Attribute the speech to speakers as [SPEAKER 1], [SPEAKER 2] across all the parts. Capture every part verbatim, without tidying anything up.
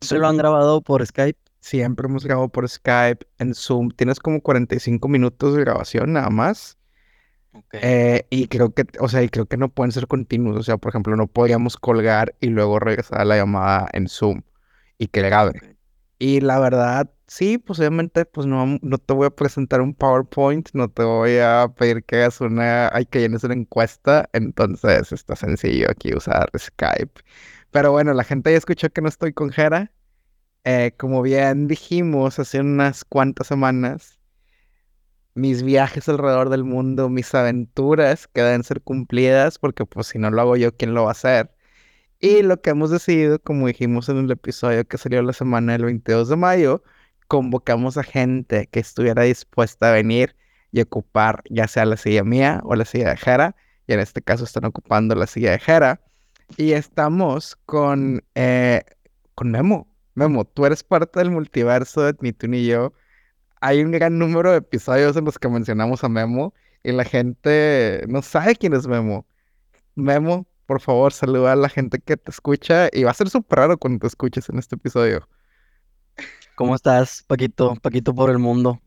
[SPEAKER 1] ¿Siempre lo han grabado por Skype?
[SPEAKER 2] Siempre hemos grabado por Skype, en Zoom. Tienes como cuarenta y cinco minutos de grabación nada más.
[SPEAKER 1] Ok,
[SPEAKER 2] Eh, y creo que, o sea, y creo que no pueden ser continuos. O sea, por ejemplo, no podríamos colgar y luego regresar a la llamada en Zoom y que
[SPEAKER 1] ok.
[SPEAKER 2] grabe. Y la verdad, sí, pues obviamente, pues no, no te voy a presentar un PowerPoint, no te voy a pedir que hagas una, hay que llenes una encuesta, entonces está sencillo aquí usar Skype. Pero bueno, la gente ya escuchó que no estoy con Jera. Eh, como bien dijimos hace unas cuantas semanas, mis viajes alrededor del mundo, mis aventuras que deben ser cumplidas, porque pues si no lo hago yo, ¿quién lo va a hacer? Y lo que hemos decidido, como dijimos en el episodio que salió la semana del veintidós de mayo, convocamos a gente que estuviera dispuesta a venir y ocupar ya sea la silla mía o la silla de Jera, y en este caso están ocupando la silla de Jera, y estamos con, eh, con Memo. Memo, tú eres parte del multiverso de Ni tú ni yo. Hay un gran número de episodios en los que mencionamos a Memo y la gente no sabe quién es Memo. Memo, por favor, saluda a la gente que te escucha y va a ser súper raro cuando te escuches en este episodio.
[SPEAKER 1] ¿Cómo estás, Paquito? Paquito por el mundo.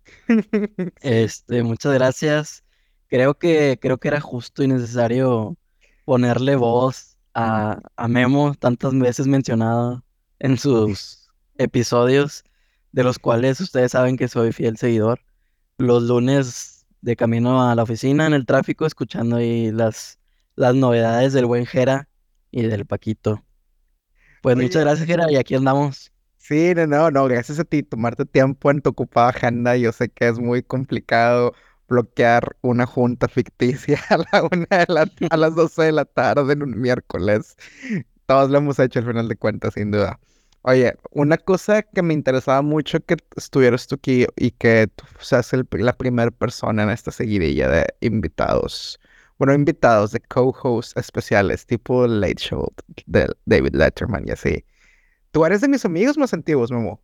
[SPEAKER 2] Sí,
[SPEAKER 1] Este, muchas gracias. Creo que, creo que era justo y necesario ponerle voz a, a Memo, tantas veces mencionado en sus episodios, de los cuales ustedes saben que soy fiel seguidor. Los lunes de camino a la oficina en el tráfico, escuchando ahí las, las novedades del buen Jera y del Paquito. Pues muchas
[SPEAKER 2] oye,
[SPEAKER 1] gracias, Jera, y aquí andamos.
[SPEAKER 2] sí, no, no, no, gracias a ti, tomarte tiempo en tu ocupada agenda. Yo sé que es muy complicado bloquear una junta ficticia a la una de la, a las doce de la tarde en un miércoles. Todos lo hemos hecho al final de cuentas, sin duda. Oye, una cosa que me interesaba mucho que estuvieras tú aquí y que tú seas el la primera persona en esta seguidilla de invitados. Bueno, invitados de co-hosts especiales, tipo Late Show de David Letterman y así. Tú eres de mis amigos más antiguos, Memo.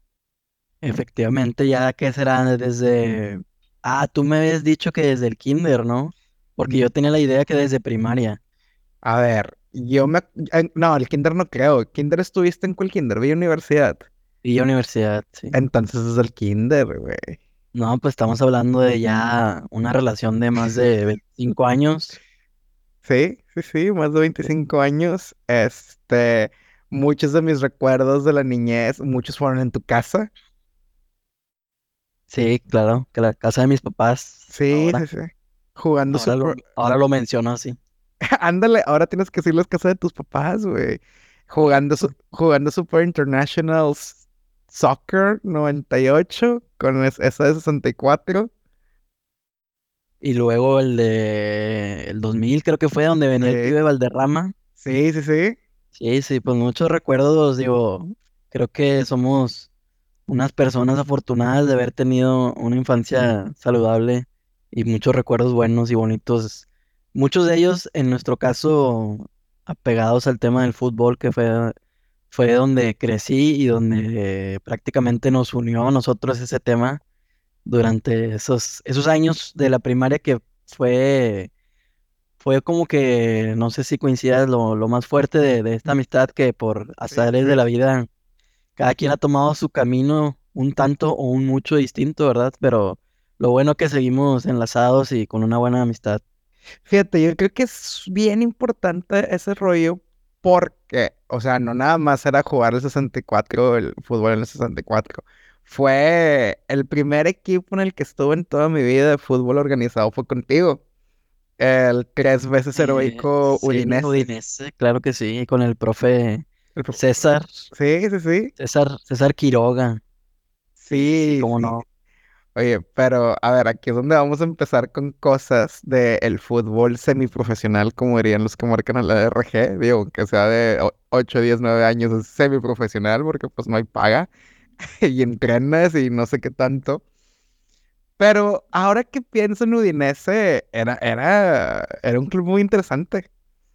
[SPEAKER 1] Efectivamente, ya que será desde... Ah, tú me habías dicho que desde el kinder, ¿no? Porque yo tenía la idea que desde primaria.
[SPEAKER 2] A ver, yo me... eh, No, el kinder no creo. ¿Kinder estuviste en cuál kinder? ¿Villa Universidad?
[SPEAKER 1] Y universidad, sí.
[SPEAKER 2] Entonces es el kinder, güey.
[SPEAKER 1] No, pues estamos hablando de ya una relación de más de veinticinco años.
[SPEAKER 2] Sí, sí, sí, más de veinticinco años. Este, muchos de mis recuerdos de la niñez, muchos fueron en tu casa.
[SPEAKER 1] Sí, claro, que la casa de mis papás,
[SPEAKER 2] Sí, sí,
[SPEAKER 1] ahora,
[SPEAKER 2] sí. Jugando
[SPEAKER 1] ahora lo,
[SPEAKER 2] Super...
[SPEAKER 1] ahora lo menciono así.
[SPEAKER 2] Ándale, ahora tienes que decirles casa de tus papás, güey. Jugando, su- jugando Super International S- Soccer noventa y ocho con es- esa de sesenta y cuatro.
[SPEAKER 1] Y luego el de el dos mil creo que fue donde venía el
[SPEAKER 2] Sí,
[SPEAKER 1] pibe Valderrama.
[SPEAKER 2] sí, sí, sí.
[SPEAKER 1] Sí, sí, pues muchos recuerdos, digo, creo que somos unas personas afortunadas de haber tenido una infancia saludable y muchos recuerdos buenos y bonitos. Muchos de ellos, en nuestro caso, apegados al tema del fútbol, que fue, fue donde crecí y donde eh, prácticamente nos unió a nosotros ese tema durante esos, esos años de la primaria que fue, fue como que, no sé si coincidas, lo, lo más fuerte de, de esta amistad que por
[SPEAKER 2] Sí, sí,
[SPEAKER 1] azares de
[SPEAKER 2] sí.
[SPEAKER 1] la vida cada quien ha tomado su camino un tanto o un mucho distinto, ¿verdad? Pero lo bueno que seguimos enlazados y con una buena amistad.
[SPEAKER 2] Fíjate, yo creo que es bien importante ese rollo porque, o sea, no nada más era jugar el sesenta y cuatro, el fútbol en el sesenta y cuatro. Fue el primer equipo en el que estuve en toda mi vida de fútbol organizado fue contigo. El tres veces
[SPEAKER 1] Eh,
[SPEAKER 2] heroico
[SPEAKER 1] sí,
[SPEAKER 2] Udinese.
[SPEAKER 1] Udinese, claro que sí, con el profe
[SPEAKER 2] El pro-
[SPEAKER 1] César,
[SPEAKER 2] Sí, sí, sí.
[SPEAKER 1] César, César Quiroga. Sí, sí, sí,
[SPEAKER 2] Sí,
[SPEAKER 1] cómo
[SPEAKER 2] sí.
[SPEAKER 1] no.
[SPEAKER 2] Oye, pero a ver, aquí es donde vamos a empezar con cosas del fútbol semiprofesional, como dirían los que marcan a la R G. Digo, que sea de o- ocho, diez, nueve años, es semiprofesional porque pues no hay paga y entrenas y no sé qué tanto. Pero ahora que pienso en Udinese, era, era, era un club muy interesante.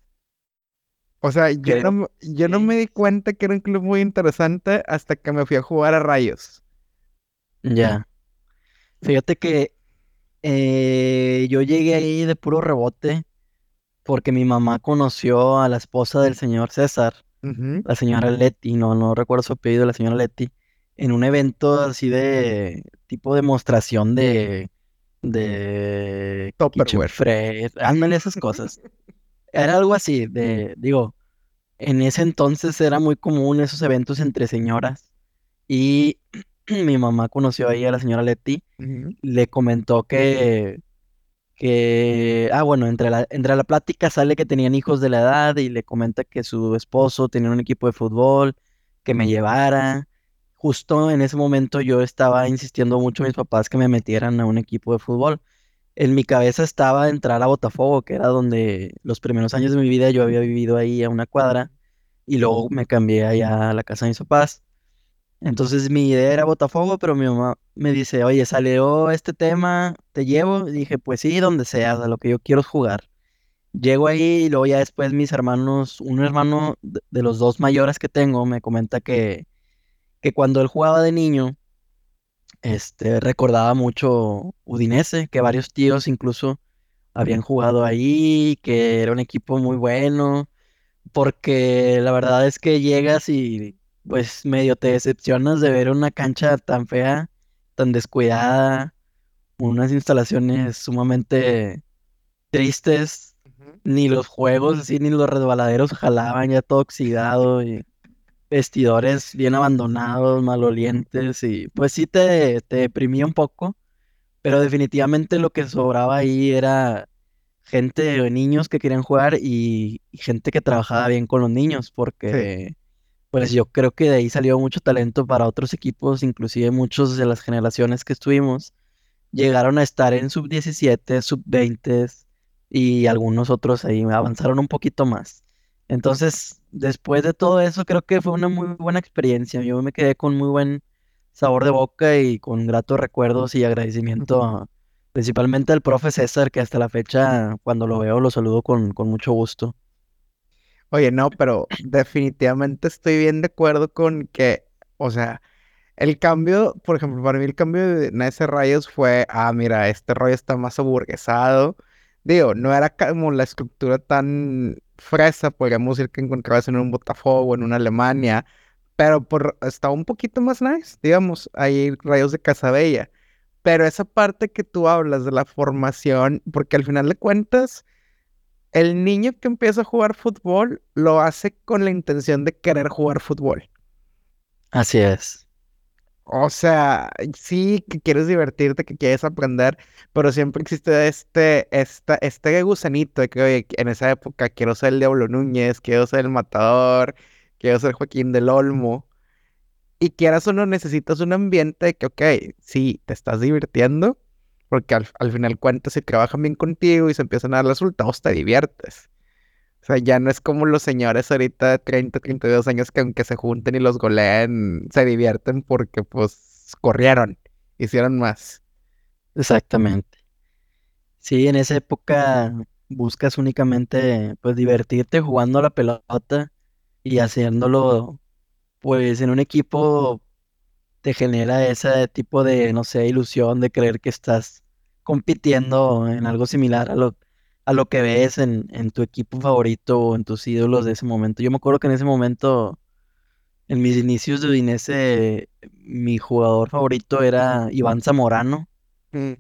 [SPEAKER 2] O sea, yo no,
[SPEAKER 1] Creo,
[SPEAKER 2] me- yo no me
[SPEAKER 1] sí.
[SPEAKER 2] di cuenta que era un club muy interesante hasta que me fui a jugar a Rayos.
[SPEAKER 1] Ya. Fíjate que eh, yo llegué ahí de puro rebote porque mi mamá conoció a la esposa del señor César.
[SPEAKER 2] Ujú.
[SPEAKER 1] la señora Leti, no, no recuerdo su apellido, la señora Leti, en un evento así de tipo demostración de, de Kitchen
[SPEAKER 2] Tupperware.
[SPEAKER 1] Fresh, ándale esas cosas. Era algo así, de, digo, en ese entonces era muy común esos eventos entre señoras y mi mamá conoció ahí a la señora Leti,
[SPEAKER 2] Ujú.
[SPEAKER 1] le comentó que que, ah, bueno, entre la, entre la plática sale que tenían hijos de la edad y le comenta que su esposo tenía un equipo de fútbol, que me llevara. Justo en ese momento yo estaba insistiendo mucho a mis papás que me metieran a un equipo de fútbol. En mi cabeza estaba entrar a Botafogo, que era donde los primeros años de mi vida yo había vivido ahí a una cuadra y luego me cambié allá a la casa de mis papás. Entonces mi idea era Botafogo, pero mi mamá me dice, oye, salió este tema, te llevo. Y dije, pues sí, donde sea, o lo que yo quiero es jugar. Llego ahí y luego ya después mis hermanos, un hermano de de los dos mayores que tengo, me comenta que, que cuando él jugaba de niño, este, recordaba mucho Udinese, que varios tíos incluso habían jugado ahí, que era un equipo muy bueno, porque la verdad es que llegas y pues medio te decepcionas de ver una cancha tan fea, tan descuidada, unas instalaciones sumamente tristes,
[SPEAKER 2] Ujú.
[SPEAKER 1] ni los juegos así, ni los resbaladeros jalaban, ya todo oxidado y vestidores bien abandonados, malolientes y pues sí te, te deprimía un poco, pero definitivamente lo que sobraba ahí era gente, niños que querían jugar y, y gente que trabajaba bien con los niños,
[SPEAKER 2] Sí.
[SPEAKER 1] porque pues yo creo que de ahí salió mucho talento para otros equipos, inclusive muchos de las generaciones que estuvimos llegaron a estar en sub diecisiete, sub veinte y algunos otros ahí avanzaron un poquito más. Entonces, después de todo eso, creo que fue una muy buena experiencia. Yo me quedé con muy buen sabor de boca y con gratos recuerdos y agradecimiento a- principalmente al profe César, que hasta la fecha, cuando lo veo, lo saludo con, con mucho gusto.
[SPEAKER 2] Oye, no, pero definitivamente estoy bien de acuerdo con que, o sea, el cambio, por ejemplo, para mí el cambio de Nice Rayos fue, ah, mira, este rollo está más aburguesado. Digo, no era como la estructura tan fresa, podríamos decir, que encontrabas en un Botafogo, en una Alemania, pero por, estaba un poquito más nice, digamos, hay Rayos de Casabella. Pero esa parte que tú hablas de la formación, porque al final de cuentas, el niño que empieza a jugar fútbol lo hace con la intención de querer jugar fútbol.
[SPEAKER 1] Así es,
[SPEAKER 2] O sea, sí que quieres divertirte, que quieres aprender, pero siempre existe este, esta, este gusanito de que, oye, en esa época quiero ser el Diablo Núñez, quiero ser el Matador, quiero ser Joaquín del Olmo. Y quieras o no, necesitas un ambiente de que, ok, sí, te estás divirtiendo, porque al, al final cuentas, si trabajan bien contigo y se empiezan a dar resultados, te diviertes. O sea, ya no es como los señores ahorita de treinta, treinta y dos años que aunque se junten y los goleen, se divierten porque pues corrieron, hicieron más.
[SPEAKER 1] exactamente. Sí, en esa época buscas únicamente pues divertirte jugando a la pelota y haciéndolo pues en un equipo te genera ese tipo de, no sé, ilusión de creer que estás compitiendo en algo similar a lo, a lo que ves en, en tu equipo favorito o en tus ídolos de ese momento. Yo me acuerdo que en ese momento, en mis inicios de Udinese, mi jugador favorito era Iván Zamorano.
[SPEAKER 2] Mm.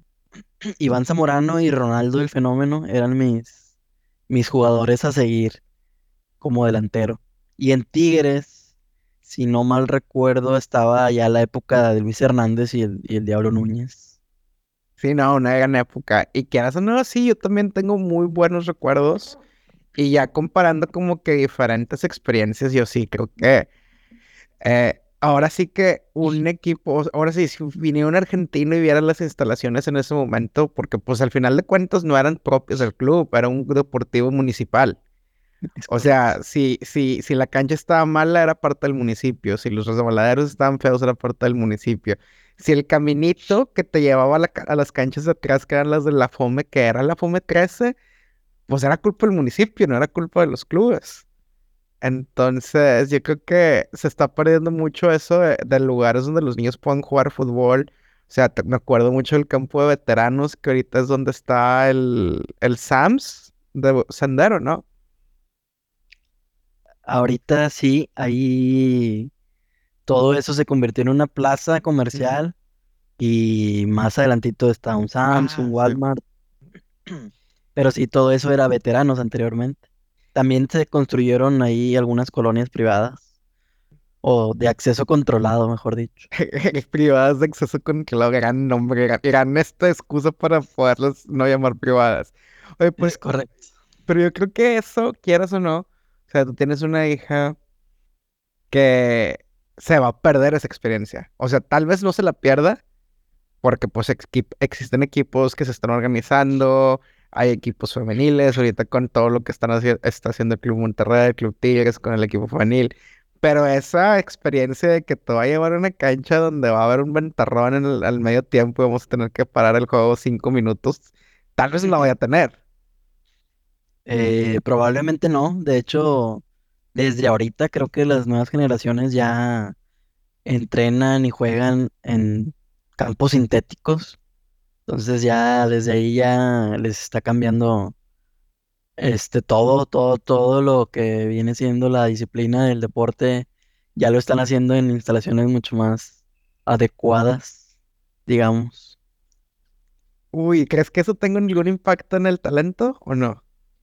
[SPEAKER 1] Iván Zamorano y Ronaldo el Fenómeno eran mis, mis jugadores a seguir como delantero. Y en Tigres, si no mal recuerdo, estaba ya la época de Luis Hernández y el, y el Diablo Núñez.
[SPEAKER 2] Sí, no, una gran época. Y quieras o no, sí, yo también tengo muy buenos recuerdos. Y ya comparando como que diferentes experiencias, yo sí creo que Eh, ahora sí que un equipo, ahora sí, si viniera un argentino y viera las instalaciones en ese momento, porque pues al final de cuentas no eran propios del club, era un deportivo municipal.
[SPEAKER 1] Es
[SPEAKER 2] O
[SPEAKER 1] correcto.
[SPEAKER 2] sea, si, si, si la cancha estaba mala, era parte del municipio. Si los resbaladeros estaban feos, era parte del municipio. Si el caminito que te llevaba a, la ca- a las canchas de atrás, que eran las de la FOME, que era la FOME trece, pues era culpa del municipio, no era culpa de los clubes. Entonces, yo creo que se está perdiendo mucho eso de, de lugares donde los niños puedan jugar fútbol. O sea, te- me acuerdo mucho del campo de veteranos, que ahorita es donde está el, el Sams de Bo- Sendero, ¿no?
[SPEAKER 1] ahorita sí, ahí todo eso se convirtió en una plaza
[SPEAKER 2] Ujú.
[SPEAKER 1] comercial y más adelantito está un Samsung,
[SPEAKER 2] Ah, sí.
[SPEAKER 1] Walmart, pero sí, todo eso era veteranos anteriormente. También se construyeron ahí algunas colonias privadas o de acceso controlado, mejor dicho.
[SPEAKER 2] Privadas de acceso controlado, gran nombre, gran, gran esta excusa para poderlas no llamar privadas. Oye, pero,
[SPEAKER 1] Es correcto.
[SPEAKER 2] pero yo creo que eso, quieras o no, o sea, tú tienes una hija que se va a perder esa experiencia. O sea, tal vez no se la pierda, porque pues equi- existen equipos que se están organizando, hay equipos femeniles, ahorita con todo lo que están haciendo, está haciendo el Club Monterrey, el Club Tigres con el equipo femenil, pero esa experiencia de que te va a llevar a una cancha donde va a haber un ventarrón en el, al medio tiempo y vamos a tener que parar el juego cinco minutos, tal vez no la voy a tener.
[SPEAKER 1] Eh, probablemente no. De hecho, desde ahorita creo que las nuevas generaciones ya entrenan y juegan en campos sintéticos. Entonces ya desde ahí ya les está cambiando este todo, todo, todo lo que viene siendo la disciplina del deporte. Ya lo están haciendo en instalaciones mucho más adecuadas, digamos.
[SPEAKER 2] Uy, ¿crees que eso tenga ningún impacto en el talento o no?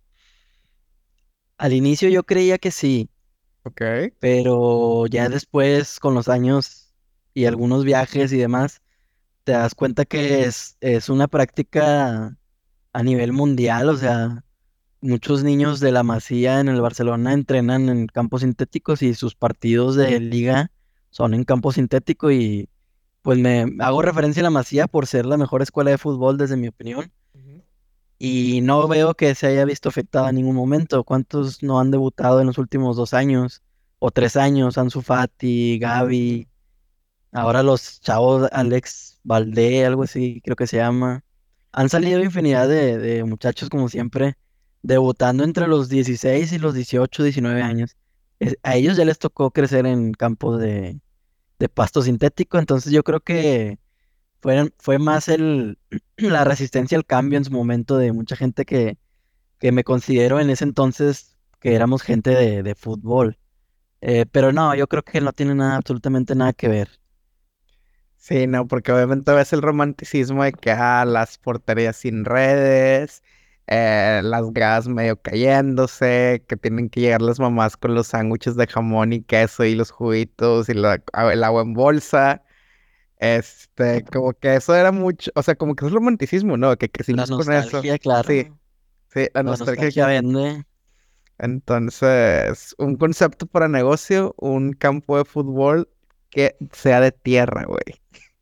[SPEAKER 1] Al inicio yo creía que sí,
[SPEAKER 2] Ok.
[SPEAKER 1] pero ya después con los años y algunos viajes y demás te das cuenta que es, es una práctica a nivel mundial, o sea, muchos niños de la Masía en el Barcelona entrenan en campos sintéticos y sus partidos de liga son en campo sintético y pues me hago referencia a la Masía por ser la mejor escuela de fútbol desde mi opinión
[SPEAKER 2] Ujú.
[SPEAKER 1] y no veo que se haya visto afectada en ningún momento. ¿Cuántos no han debutado en los últimos dos años o tres años? Ansu Fati, Gavi. Ahora los chavos, Alex Valdé, algo así, creo que se llama. Han salido infinidad de, de muchachos, como siempre, debutando entre los dieciséis y los dieciocho, diecinueve años. Es- a ellos ya les tocó crecer en campos de, de pasto sintético, entonces yo creo que fue, fue más el, la resistencia al cambio en su momento de mucha gente que, que me considero en ese entonces que éramos gente de, de fútbol. Eh, pero no, yo creo que no tiene nada, absolutamente nada que ver.
[SPEAKER 2] Sí, no, porque obviamente ves el romanticismo de que ah, las porterías sin redes, eh, las gradas medio cayéndose, que tienen que llegar las mamás con los sándwiches de jamón y queso y los juguitos y la- a- el agua en bolsa. Este, como que eso era mucho, o sea, como que es romanticismo, ¿no? Que
[SPEAKER 1] La
[SPEAKER 2] crecimos con eso.
[SPEAKER 1] nostalgia,
[SPEAKER 2] Sí,
[SPEAKER 1] claro.
[SPEAKER 2] sí, la
[SPEAKER 1] La
[SPEAKER 2] nostalgia.
[SPEAKER 1] nostalgia vende.
[SPEAKER 2] Entonces, un concepto para negocio, un campo de fútbol que sea de tierra, güey.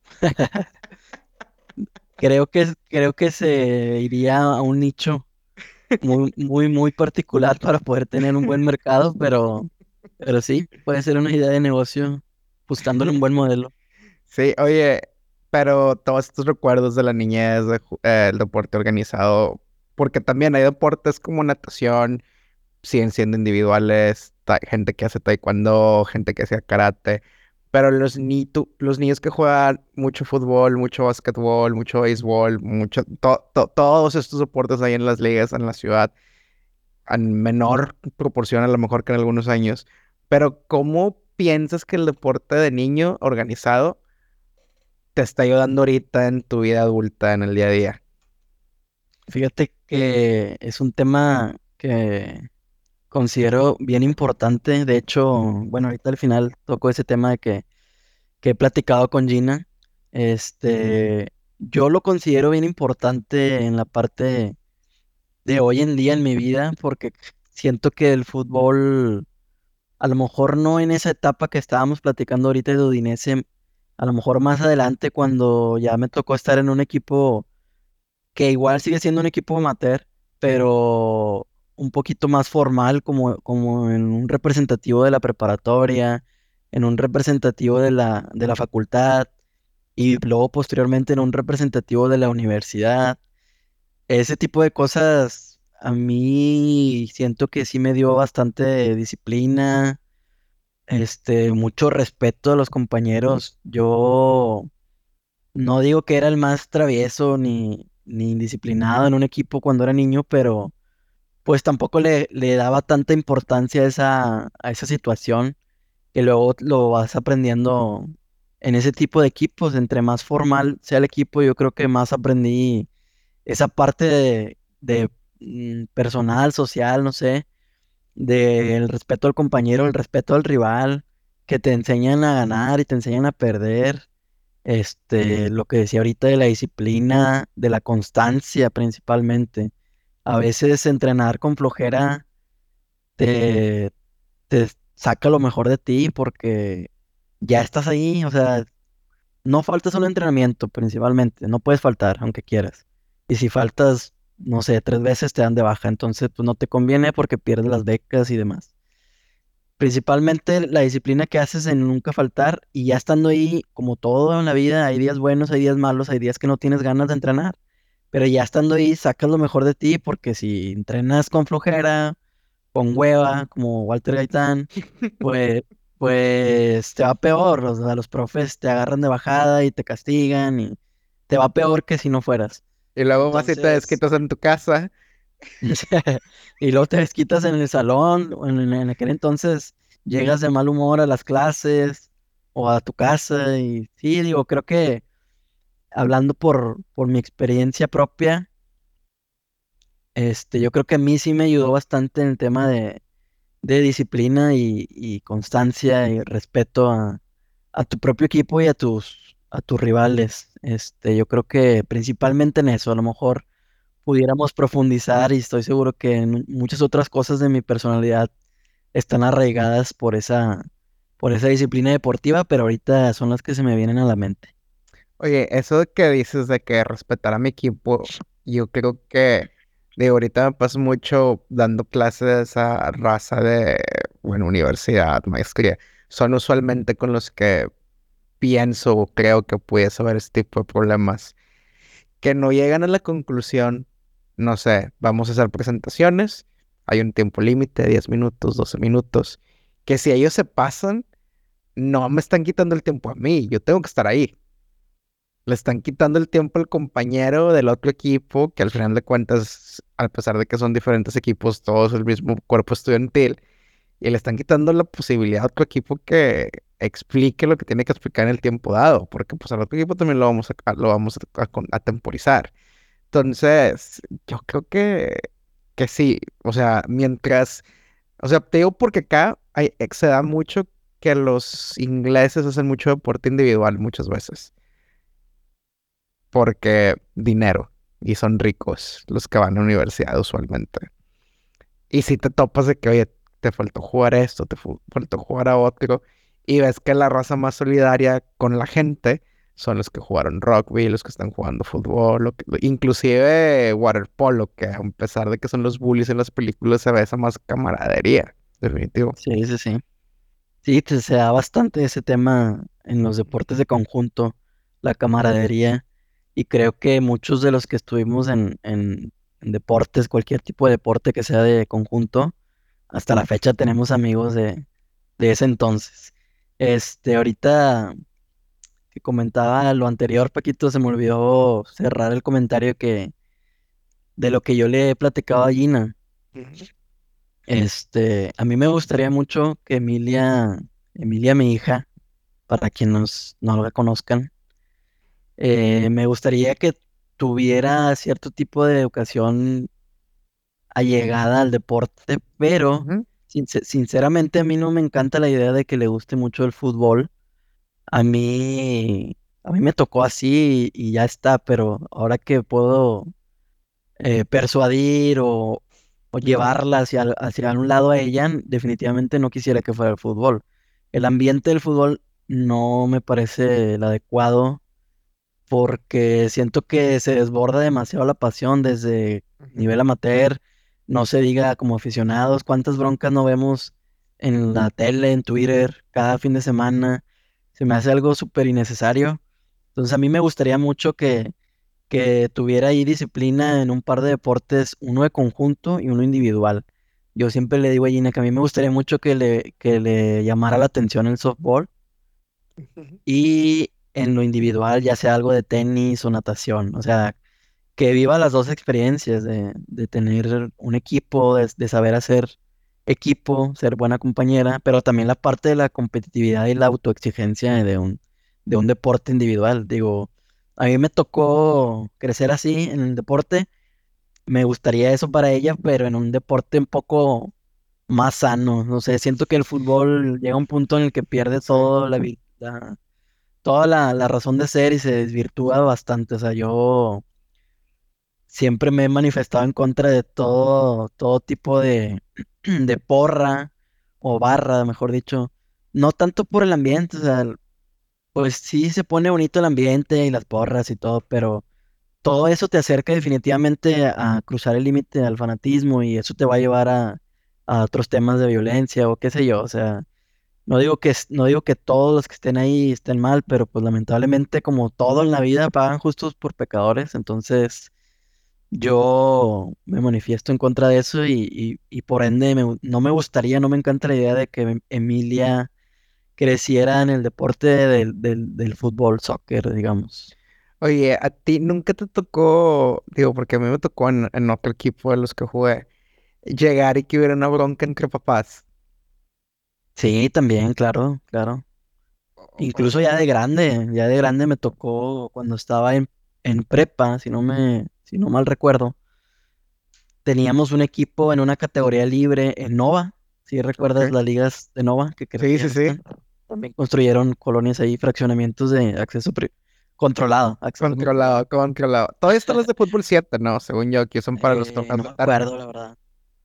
[SPEAKER 1] Creo que, creo que se iría a un nicho muy, muy, muy particular para poder tener un buen mercado, pero, pero sí, puede ser una idea de negocio buscándole un buen modelo.
[SPEAKER 2] Sí, oye, pero todos estos recuerdos de la niñez, de ju- eh, el deporte organizado, porque también hay deportes como natación, siguen siendo individuales, ta- gente que hace taekwondo, gente que hace karate, pero los, ni tu- los niños que juegan mucho fútbol, mucho básquetbol, mucho béisbol, mucho, to- to- todos estos deportes ahí en las ligas, en la ciudad, en menor proporción a lo mejor que en algunos años, pero ¿cómo piensas que el deporte de niño organizado te está ayudando ahorita en tu vida adulta, en el día a día?
[SPEAKER 1] Fíjate que es un tema que considero bien importante. De hecho, bueno, ahorita al final toco ese tema de que, que he platicado con Gina. Este, yo lo considero bien importante en la parte de hoy en día en mi vida, porque siento que el fútbol, a lo mejor no en esa etapa que estábamos platicando ahorita de Udinese, a lo mejor más adelante cuando ya me tocó estar en un equipo que igual sigue siendo un equipo amateur, pero un poquito más formal, como, como en un representativo de la preparatoria, en un representativo de la, de la facultad y luego posteriormente en un representativo de la universidad. Ese tipo de cosas a mí siento que sí me dio bastante disciplina, este, mucho respeto a los compañeros. Yo no digo que era el más travieso ni, ni indisciplinado en un equipo cuando era niño, pero pues tampoco le, le daba tanta importancia a esa, a esa situación que luego lo vas aprendiendo en ese tipo de equipos. Entre más formal sea el equipo, yo creo que más aprendí esa parte de, de, mm, personal, social, no sé, del respeto al compañero, el respeto al rival, que te enseñan a ganar y te enseñan a perder. Este, lo que decía ahorita de la disciplina, de la constancia principalmente. A veces entrenar con flojera te, te saca lo mejor de ti porque ya estás ahí, o sea, no faltas un entrenamiento principalmente, no puedes faltar aunque quieras. Y si faltas, no sé, tres veces te dan de baja, entonces pues no te conviene porque pierdes las becas y demás. Principalmente la disciplina que haces en nunca faltar y ya estando ahí, como todo en la vida, hay días buenos, hay días malos, hay días que no tienes ganas de entrenar, pero ya estando ahí sacas lo mejor de ti porque si entrenas con flojera, con hueva, como Walter Gaitán, pues, pues te va peor, o sea, los profes te agarran de bajada y te castigan y te va peor que si no fueras.
[SPEAKER 2] Y luego vas y te
[SPEAKER 1] Entonces,
[SPEAKER 2] desquitas en tu casa.
[SPEAKER 1] y luego te desquitas en el salón, o en, en aquel entonces llegas de mal humor a las clases o a tu casa y sí, digo, creo que hablando por, por mi experiencia propia, este, yo creo que a mí sí me ayudó bastante en el tema de, de disciplina y, y constancia y respeto a, a tu propio equipo y a tus, a tus rivales. Este, yo creo que principalmente en eso, a lo mejor pudiéramos profundizar y estoy seguro que en muchas otras cosas de mi personalidad están arraigadas por esa, por esa disciplina deportiva, pero ahorita son las que se me vienen a la mente.
[SPEAKER 2] Oye, eso que dices de que respetar a mi equipo, yo creo que de ahorita me pasa mucho dando clases a raza de, bueno, universidad, maestría. Son usualmente con los que pienso o creo que puedes haber este tipo de problemas, que no llegan a la conclusión, no sé, vamos a hacer presentaciones, hay un tiempo límite, diez minutos, doce minutos, que si ellos se pasan, no me están quitando el tiempo a mí, yo tengo que estar ahí. Le están quitando el tiempo al compañero del otro equipo, que al final de cuentas, a pesar de que son diferentes equipos, todos el mismo cuerpo estudiantil, y le están quitando la posibilidad a otro equipo que explique lo que tiene que explicar en el tiempo dado, porque pues al otro equipo también lo vamos a, lo vamos a, con- a temporizar. Entonces, yo creo que, que sí, o sea, mientras, o sea, te digo porque acá hay, se da mucho que los ingleses hacen mucho deporte individual muchas veces porque dinero y son ricos los que van a la universidad usualmente. Y si te topas de que, oye, te faltó jugar esto, te fu- faltó jugar a otro, y ves que la raza más solidaria con la gente son los que jugaron rugby, los que están jugando fútbol, lo que- inclusive waterpolo, que a pesar de que son los bullies en las películas, se ve esa más camaradería, definitivo.
[SPEAKER 1] Sí, sí, sí. Sí, te- se da bastante ese tema en los deportes de conjunto, la camaradería, y creo que muchos de los que estuvimos en, en, en deportes, cualquier tipo de deporte que sea de conjunto, hasta la fecha tenemos amigos de, de ese entonces. Este, ahorita que comentaba lo anterior, Paquito, se me olvidó cerrar el comentario que de lo que yo le he platicado a Gina.
[SPEAKER 2] Ujú.
[SPEAKER 1] Este, a mí me gustaría mucho que Emilia, Emilia, mi hija, para quienes no la conozcan, eh, me gustaría que tuviera cierto tipo de educación allegada al deporte, pero
[SPEAKER 2] Ujú.
[SPEAKER 1] sincer- sinceramente a mí no me encanta la idea de que le guste mucho el fútbol. A mí, a mí me tocó así y, y ya está, pero ahora que puedo eh, persuadir o, o llevarla hacia, el- hacia un lado a ella, definitivamente no quisiera que fuera el fútbol. El ambiente del fútbol no me parece el adecuado porque siento que se desborda demasiado la pasión desde
[SPEAKER 2] Ujú.
[SPEAKER 1] nivel amateur, no se diga como aficionados, cuántas broncas no vemos en la tele, en Twitter, cada fin de semana. Se me hace algo súper innecesario. Entonces a mí me gustaría mucho que que tuviera ahí disciplina en un par de deportes, uno de conjunto y uno individual. Yo siempre le digo a Gina que a mí me gustaría mucho que le, que le llamara la atención el softball
[SPEAKER 2] Ujú.
[SPEAKER 1] y en lo individual, ya sea algo de tenis o natación. O sea, que viva las dos experiencias de, de tener un equipo, de, de saber hacer equipo, ser buena compañera, pero también la parte de la competitividad y la autoexigencia de un, de un deporte individual. Digo, a mí me tocó crecer así en el deporte, me gustaría eso para ella, pero en un deporte un poco más sano. No sé, siento que el fútbol llega a un punto en el que pierde
[SPEAKER 2] Sí.
[SPEAKER 1] todo la, vi- la- toda la, la razón de ser y se desvirtúa bastante. O sea, yo siempre me he manifestado en contra de todo, todo tipo de, de porra o barra, mejor dicho. No tanto por el ambiente, o sea, pues sí se pone bonito el ambiente y las porras y todo, pero todo eso te acerca definitivamente a cruzar el límite al fanatismo y eso te va a llevar a, a otros temas de violencia o qué sé yo. O sea, no digo que, es- no digo que todos los que estén ahí estén mal, pero pues lamentablemente como todo en la vida pagan justos por pecadores, entonces yo me manifiesto en contra de eso y, y, y por ende me gu- no me gustaría, no me encanta la idea de que em- Emilia creciera en el deporte del, del, del fútbol, soccer, digamos.
[SPEAKER 2] Oye, ¿a ti nunca te tocó, digo, porque a mí me tocó en, en otro equipo de los que jugué, llegar y que hubiera una bronca entre papás?
[SPEAKER 1] Sí, también, claro, claro.
[SPEAKER 2] O- o
[SPEAKER 1] Incluso ya de grande, ya de grande me tocó cuando estaba en, en prepa, si no me, si no mal recuerdo, teníamos un equipo en una categoría libre en Nova, si recuerdas
[SPEAKER 2] Ok.
[SPEAKER 1] las ligas de Nova, que creo
[SPEAKER 2] Sí,
[SPEAKER 1] que ya
[SPEAKER 2] sí,
[SPEAKER 1] no
[SPEAKER 2] sí.
[SPEAKER 1] están. También construyeron colonias ahí, fraccionamientos de acceso pri- controlado, acceso controlado.
[SPEAKER 2] Controlado, controlado. Todavía están los de fútbol siete, ¿no? Según yo, que son para los
[SPEAKER 1] Eh,
[SPEAKER 2] torneos
[SPEAKER 1] no
[SPEAKER 2] de
[SPEAKER 1] me
[SPEAKER 2] tarde.
[SPEAKER 1] acuerdo, la verdad.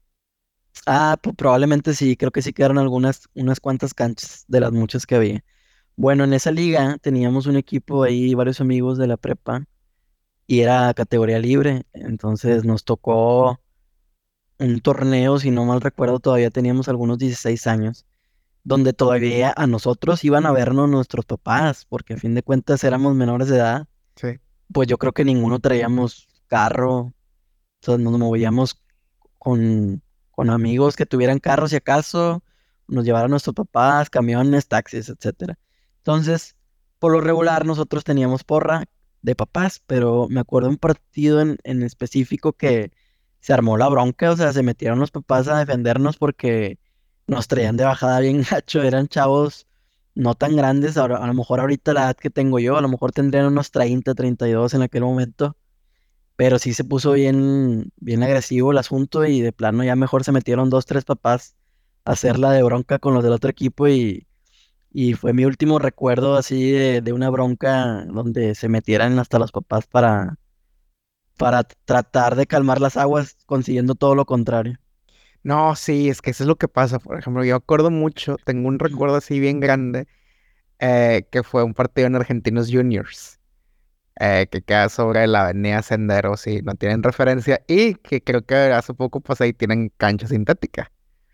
[SPEAKER 1] Ah, pues probablemente sí, creo que sí quedaron algunas, unas cuantas canchas de las muchas que había. Bueno, en esa liga teníamos un equipo ahí, varios amigos de la prepa, y era categoría libre, entonces nos tocó un torneo, si no mal recuerdo, todavía teníamos algunos dieciséis años, donde todavía a nosotros iban a vernos nuestros papás, porque a fin de cuentas éramos menores de edad,
[SPEAKER 2] Sí.
[SPEAKER 1] pues yo creo que ninguno traíamos carro, o sea, nos movíamos con, con amigos que tuvieran carros si acaso, nos llevaron nuestros papás, camiones, taxis, etcétera. Entonces, por lo regular, nosotros teníamos porra de papás, pero me acuerdo un partido en, en específico que se armó la bronca, o sea, se metieron los papás a defendernos porque nos traían de bajada bien gacho, eran chavos no tan grandes, ahora- a lo mejor ahorita la edad que tengo yo, a lo mejor tendrían unos treinta, treinta y dos en aquel momento, pero sí se puso bien, bien agresivo el asunto y de plano ya mejor se metieron dos, tres papás a hacerla de bronca con los del otro equipo y, y fue mi último recuerdo así de, de una bronca donde se metieran hasta los papás para, para tratar de calmar las aguas consiguiendo todo lo contrario.
[SPEAKER 2] No, sí, es que eso es lo que pasa. Por ejemplo, yo acuerdo mucho, tengo un recuerdo así bien grande, eh, que fue un partido en Argentinos Juniors, eh, que queda sobre la avenida Sendero, si no tienen referencia, y que creo que hace poco pues ahí tienen cancha sintética.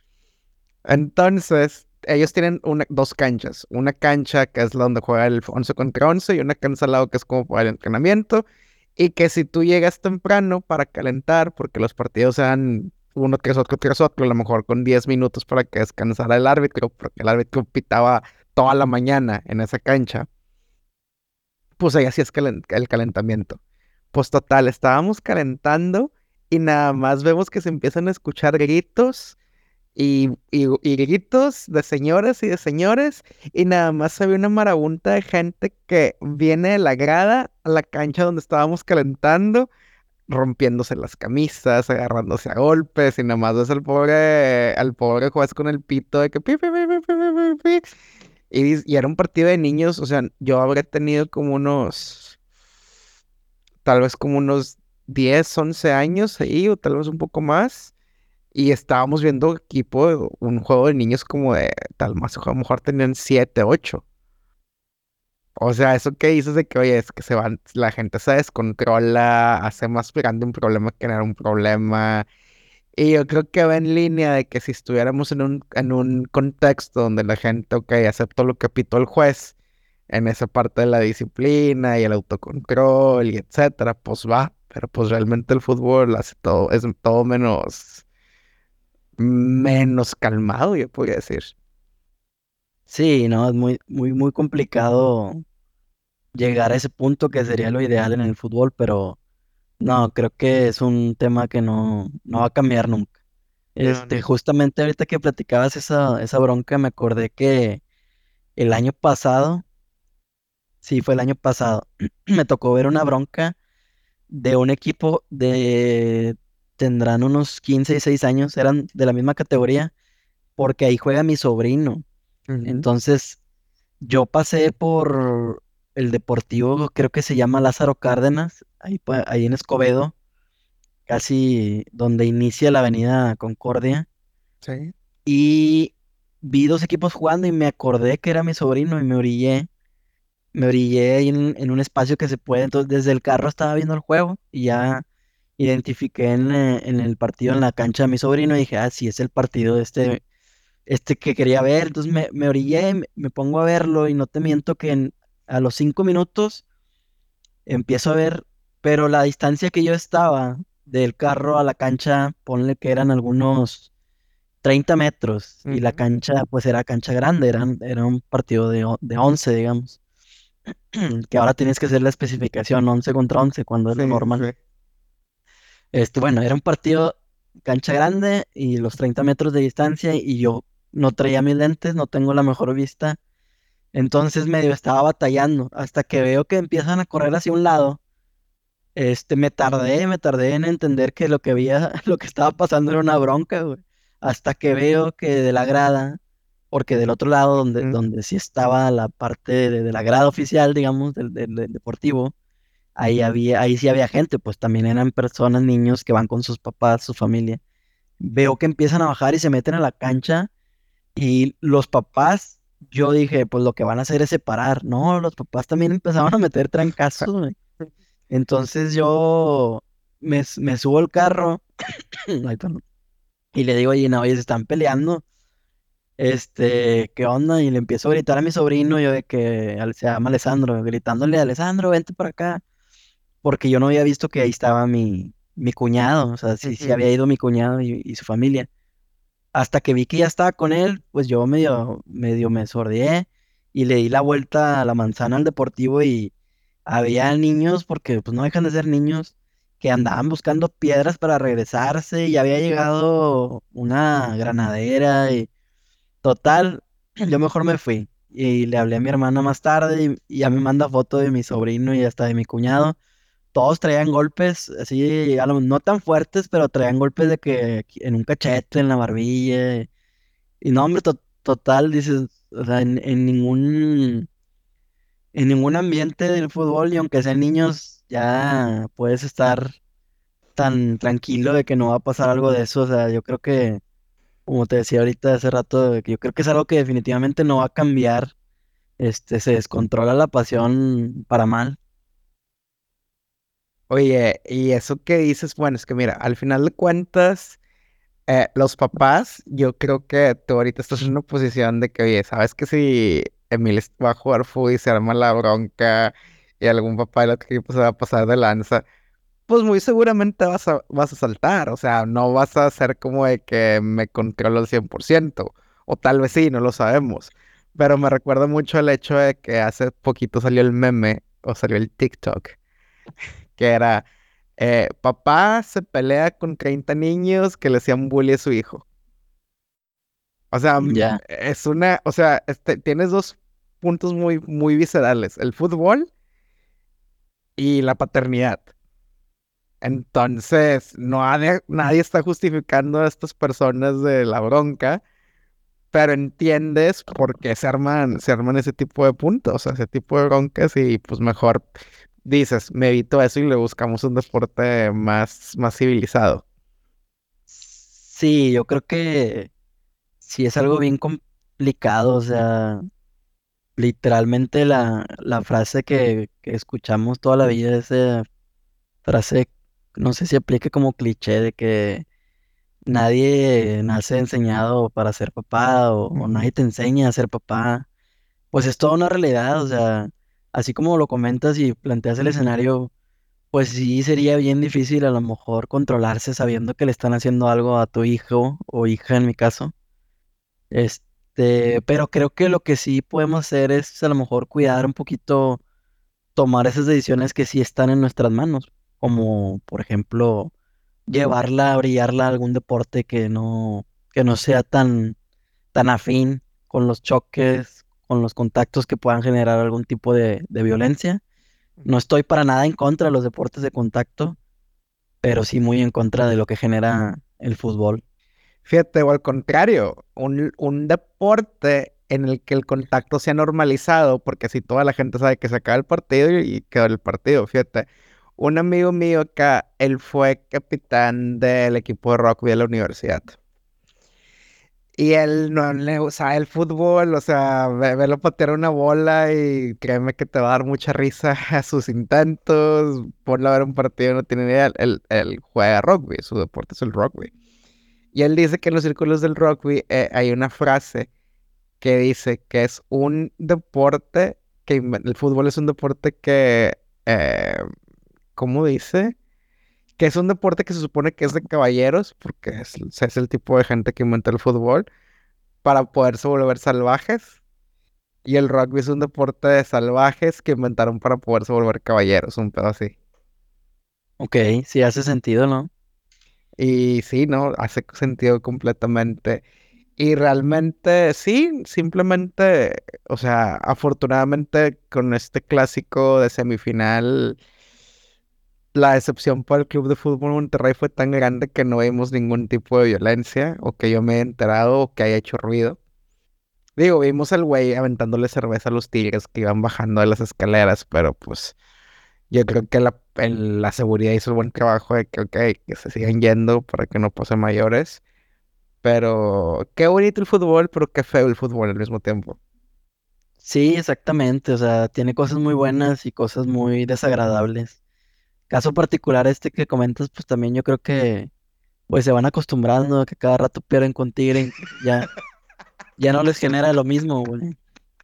[SPEAKER 2] Entonces, ellos tienen una, dos canchas. Una cancha que es la donde juega el once contra once y una cancha al lado que es como para el entrenamiento. Y que si tú llegas temprano para calentar, porque los partidos sean uno tras otro tras otro, a lo mejor con diez minutos para que descansara el árbitro, porque el árbitro pitaba toda la mañana en esa cancha, pues ahí así es calen- el calentamiento. Pues total, estábamos calentando y nada más vemos que se empiezan a escuchar gritos y, y, y gritos de señoras y de señores, y nada más se ve una marabunta de gente que viene de la grada a la cancha donde estábamos calentando, rompiéndose las camisas, agarrándose a golpes, y nada más ves al pobre, al pobre juez con el pito de que pi, pi, pi, pi, pi, pi, pi, pi. Y, dis- y era un partido de niños, o sea, yo habría tenido como unos, tal vez como unos diez once años ahí, o tal vez un poco más. Y estábamos viendo equipo, un juego de niños como de tal más, a lo mejor tenían siete, ocho. O sea, eso que dices de que, oye, es que se van, la gente se descontrola, hace más grande un problema que era un problema. Y yo creo que va en línea de que si estuviéramos en un, en un contexto donde la gente, ok, aceptó lo que pitó el juez en esa parte de la disciplina y el autocontrol y etcétera, pues va. Pero pues realmente el fútbol hace todo, es todo menos menos calmado, yo podría decir.
[SPEAKER 1] Sí, no, es muy, muy, muy complicado llegar a ese punto que sería lo ideal en el fútbol, pero No, creo que es un tema que no, no va a cambiar nunca.
[SPEAKER 2] No,
[SPEAKER 1] Este,
[SPEAKER 2] no.
[SPEAKER 1] justamente ahorita que platicabas esa, esa bronca, me acordé que el año pasado, sí, fue el año pasado, me tocó ver una bronca de un equipo de, tendrán unos quince y dieciséis años, eran de la misma categoría, porque ahí juega mi sobrino.
[SPEAKER 2] Ujú.
[SPEAKER 1] Entonces, yo pasé por el deportivo, creo que se llama Lázaro Cárdenas, ahí, pa- ahí en Escobedo, casi donde inicia la avenida Concordia,
[SPEAKER 2] Sí.
[SPEAKER 1] y vi dos equipos jugando y me acordé que era mi sobrino y me orillé, me orillé ahí en, en un espacio que se puede, entonces desde el carro estaba viendo el juego y ya identifiqué en, eh, en el partido en la cancha a mi sobrino y dije, ah, sí, es el partido de este, este que quería ver, entonces me, me orillé, me, me pongo a verlo y no te miento que en- a los cinco minutos empiezo a ver, pero la distancia que yo estaba del carro a la cancha, ponle que eran algunos treinta metros y la
[SPEAKER 2] Ujú.
[SPEAKER 1] cancha pues era cancha grande, eran, era un partido de, o- de once digamos, que ahora tienes que hacer la especificación once contra once cuando es
[SPEAKER 2] Sí,
[SPEAKER 1] lo
[SPEAKER 2] sí,
[SPEAKER 1] normal.
[SPEAKER 2] sí.
[SPEAKER 1] Este, bueno, era un partido cancha grande y los treinta metros de distancia y yo no traía mis lentes, no tengo la mejor vista, entonces medio estaba batallando hasta que veo que empiezan a correr hacia un lado. Este, me tardé, me tardé en entender que lo que había, lo que estaba pasando era una bronca, güey. Hasta que veo que de la grada, porque del otro lado donde,
[SPEAKER 2] Ujú.
[SPEAKER 1] donde sí estaba la parte de, de la grada oficial, digamos, del, del- del deportivo, ahí había, ahí sí había gente, pues también eran personas, niños que van con sus papás, su familia. Veo que empiezan a bajar y se meten a la cancha y los papás, yo dije, pues lo que van a hacer es separar. No, los papás también empezaban a meter trancazos, güey. Entonces yo me, s- me subo al carro ay, perdón, y le digo, oye, no, oye, se están peleando. Este, ¿qué onda? Y le empiezo a gritar a mi sobrino, yo de que al- se llama Alessandro, gritándole, Alessandro, vente para acá. Porque yo no había visto que ahí estaba mi, mi cuñado, o sea, sí, sí
[SPEAKER 2] Ujú.
[SPEAKER 1] había ido mi cuñado y, y su familia. Hasta que vi que ya estaba con él, pues yo medio, medio me sordeé y le di la vuelta a la manzana al deportivo y había niños, porque pues no dejan de ser niños, que andaban buscando piedras para regresarse y había llegado una granadera y total, yo mejor me fui y le hablé a mi hermana más tarde y, y ya me manda foto de mi sobrino y hasta de mi cuñado. Todos traían golpes así, a lo- no tan fuertes, pero traían golpes de que aquí en un cachete, en la barbilla. Y no, hombre, to- total, dices, o sea, en, en ningún, en ningún ambiente del fútbol, y aunque sean niños, ya puedes estar tan tranquilo de que no va a pasar algo de eso. O sea, yo creo que, como te decía ahorita hace rato, de que yo creo que es algo que definitivamente no va a cambiar. Este, se descontrola la pasión para mal.
[SPEAKER 2] Oye, y eso que dices, bueno, es que mira, al final de cuentas, eh, los papás, yo creo que tú ahorita estás en una posición de que, oye, sabes que si Emil va a jugar fútbol y se arma la bronca y algún papá del otro equipo se va a pasar de lanza, pues muy seguramente vas a, vas a saltar, o sea, no vas a hacer como de que me controlo al cien por ciento, o tal vez sí, no lo sabemos, pero me recuerda mucho el hecho de que hace poquito salió el meme, o salió el TikTok, que era, eh, papá se pelea con treinta niños que le hacían bully a su hijo. O sea, m-
[SPEAKER 1] Ya,
[SPEAKER 2] es una, o sea, este, tienes dos puntos muy, muy viscerales, el fútbol y la paternidad. Entonces, no ha de- nadie está justificando a estas personas de la bronca, pero entiendes por qué se arman, se arman ese tipo de puntos, ese tipo de broncas y pues mejor dices, me evito eso y le buscamos un deporte más, más civilizado.
[SPEAKER 1] sí, yo creo que sí es algo bien complicado, o sea, literalmente la, la frase que, que escuchamos toda la vida, esa frase, no sé si aplica como cliché de que nadie nace enseñado para ser papá o, o
[SPEAKER 2] Ujú.
[SPEAKER 1] nadie te enseña a ser papá. Pues es toda una realidad, o sea, así como lo comentas y planteas el escenario, pues sí sería bien difícil a lo mejor controlarse sabiendo que le están haciendo algo a tu hijo o hija en mi caso. Este, pero creo que lo que sí podemos hacer es a lo mejor cuidar un poquito, tomar esas decisiones que sí están en nuestras manos, como por ejemplo llevarla, brillarla a algún deporte que no, que no sea tan, tan afín con los choques, con los contactos que puedan generar algún tipo de, de violencia. No estoy para nada en contra de los deportes de contacto, pero sí muy en contra de lo que genera el fútbol.
[SPEAKER 2] Fíjate, o al contrario, un, un deporte en el que el contacto sea normalizado, porque si toda la gente sabe que se acaba el partido y, y quedó el partido, fíjate. Un amigo mío acá, él fue capitán del equipo de rugby de la universidad. Y él no le usa el fútbol, o sea, ve- verlo patear una bola y créeme que te va a dar mucha risa a sus intentos. Ponlo a ver un partido, no tiene ni idea. Él, él juega rugby, su deporte es el rugby. Y él dice que en los círculos del rugby eh, hay una frase que dice que es un deporte, que inven- el fútbol es un deporte que, eh, ¿cómo dice? Que es un deporte que se supone que es de caballeros, porque es, es el tipo de gente que inventó el fútbol, para poderse volver salvajes. Y el rugby es un deporte de salvajes que inventaron para poderse volver caballeros, un pedo así.
[SPEAKER 1] Ok, sí hace sentido, ¿no?
[SPEAKER 2] Y sí, ¿no? Hace sentido completamente. Y realmente sí, simplemente, o sea, afortunadamente con este clásico de semifinal, la decepción por el Club de Fútbol Monterrey fue tan grande que no vimos ningún tipo de violencia o que yo me he enterado o que haya hecho ruido. Digo, vimos al güey aventándole cerveza a los tigres que iban bajando de las escaleras, pero pues yo creo que la, el- la seguridad hizo el buen trabajo de que, ok, que se sigan yendo para que no pase mayores. Pero qué bonito el fútbol, pero qué feo el fútbol al mismo tiempo.
[SPEAKER 1] Sí, exactamente, o sea, tiene cosas muy buenas y cosas muy desagradables. Caso particular este que comentas, pues también yo creo que pues se van acostumbrando a que cada rato pierden con Tigre, ya, ya no les genera lo mismo, güey.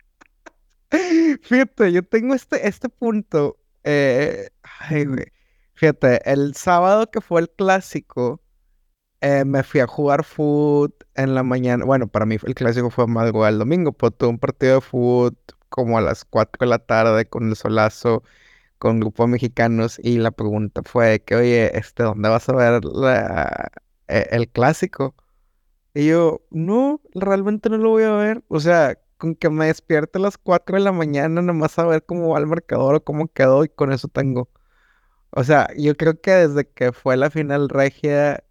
[SPEAKER 2] Fíjate, yo tengo este, este punto. eh, ay, güey. Fíjate, el sábado que fue el clásico, eh, me fui a jugar fútbol en la mañana. Bueno, para mí el clásico fue más el domingo, pero tuve un partido de fútbol como a las cuatro de la tarde con el solazo, con un grupo de mexicanos. Y la pregunta fue que, oye, este, ¿dónde vas a ver la, e- el clásico? Y yo, no, realmente no lo voy a ver. O sea, con que me despierte a las cuatro de la mañana, nomás a ver cómo va el marcador o cómo quedó y con eso tengo. O sea, yo creo que desde que fue la final regia,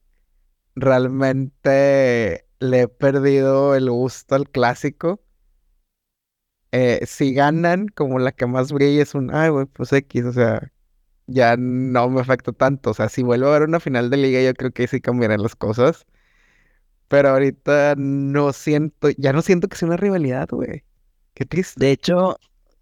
[SPEAKER 2] realmente le he perdido el gusto al clásico. Eh, si ganan, como la que más brilla es un, ay, güey, pues X, o sea, ya no me afecta tanto. O sea, si vuelvo a ver una final de liga, yo creo que ahí sí cambiarán las cosas. Pero ahorita no siento, ya no siento que sea una rivalidad, güey. Qué
[SPEAKER 1] De
[SPEAKER 2] triste.
[SPEAKER 1] hecho,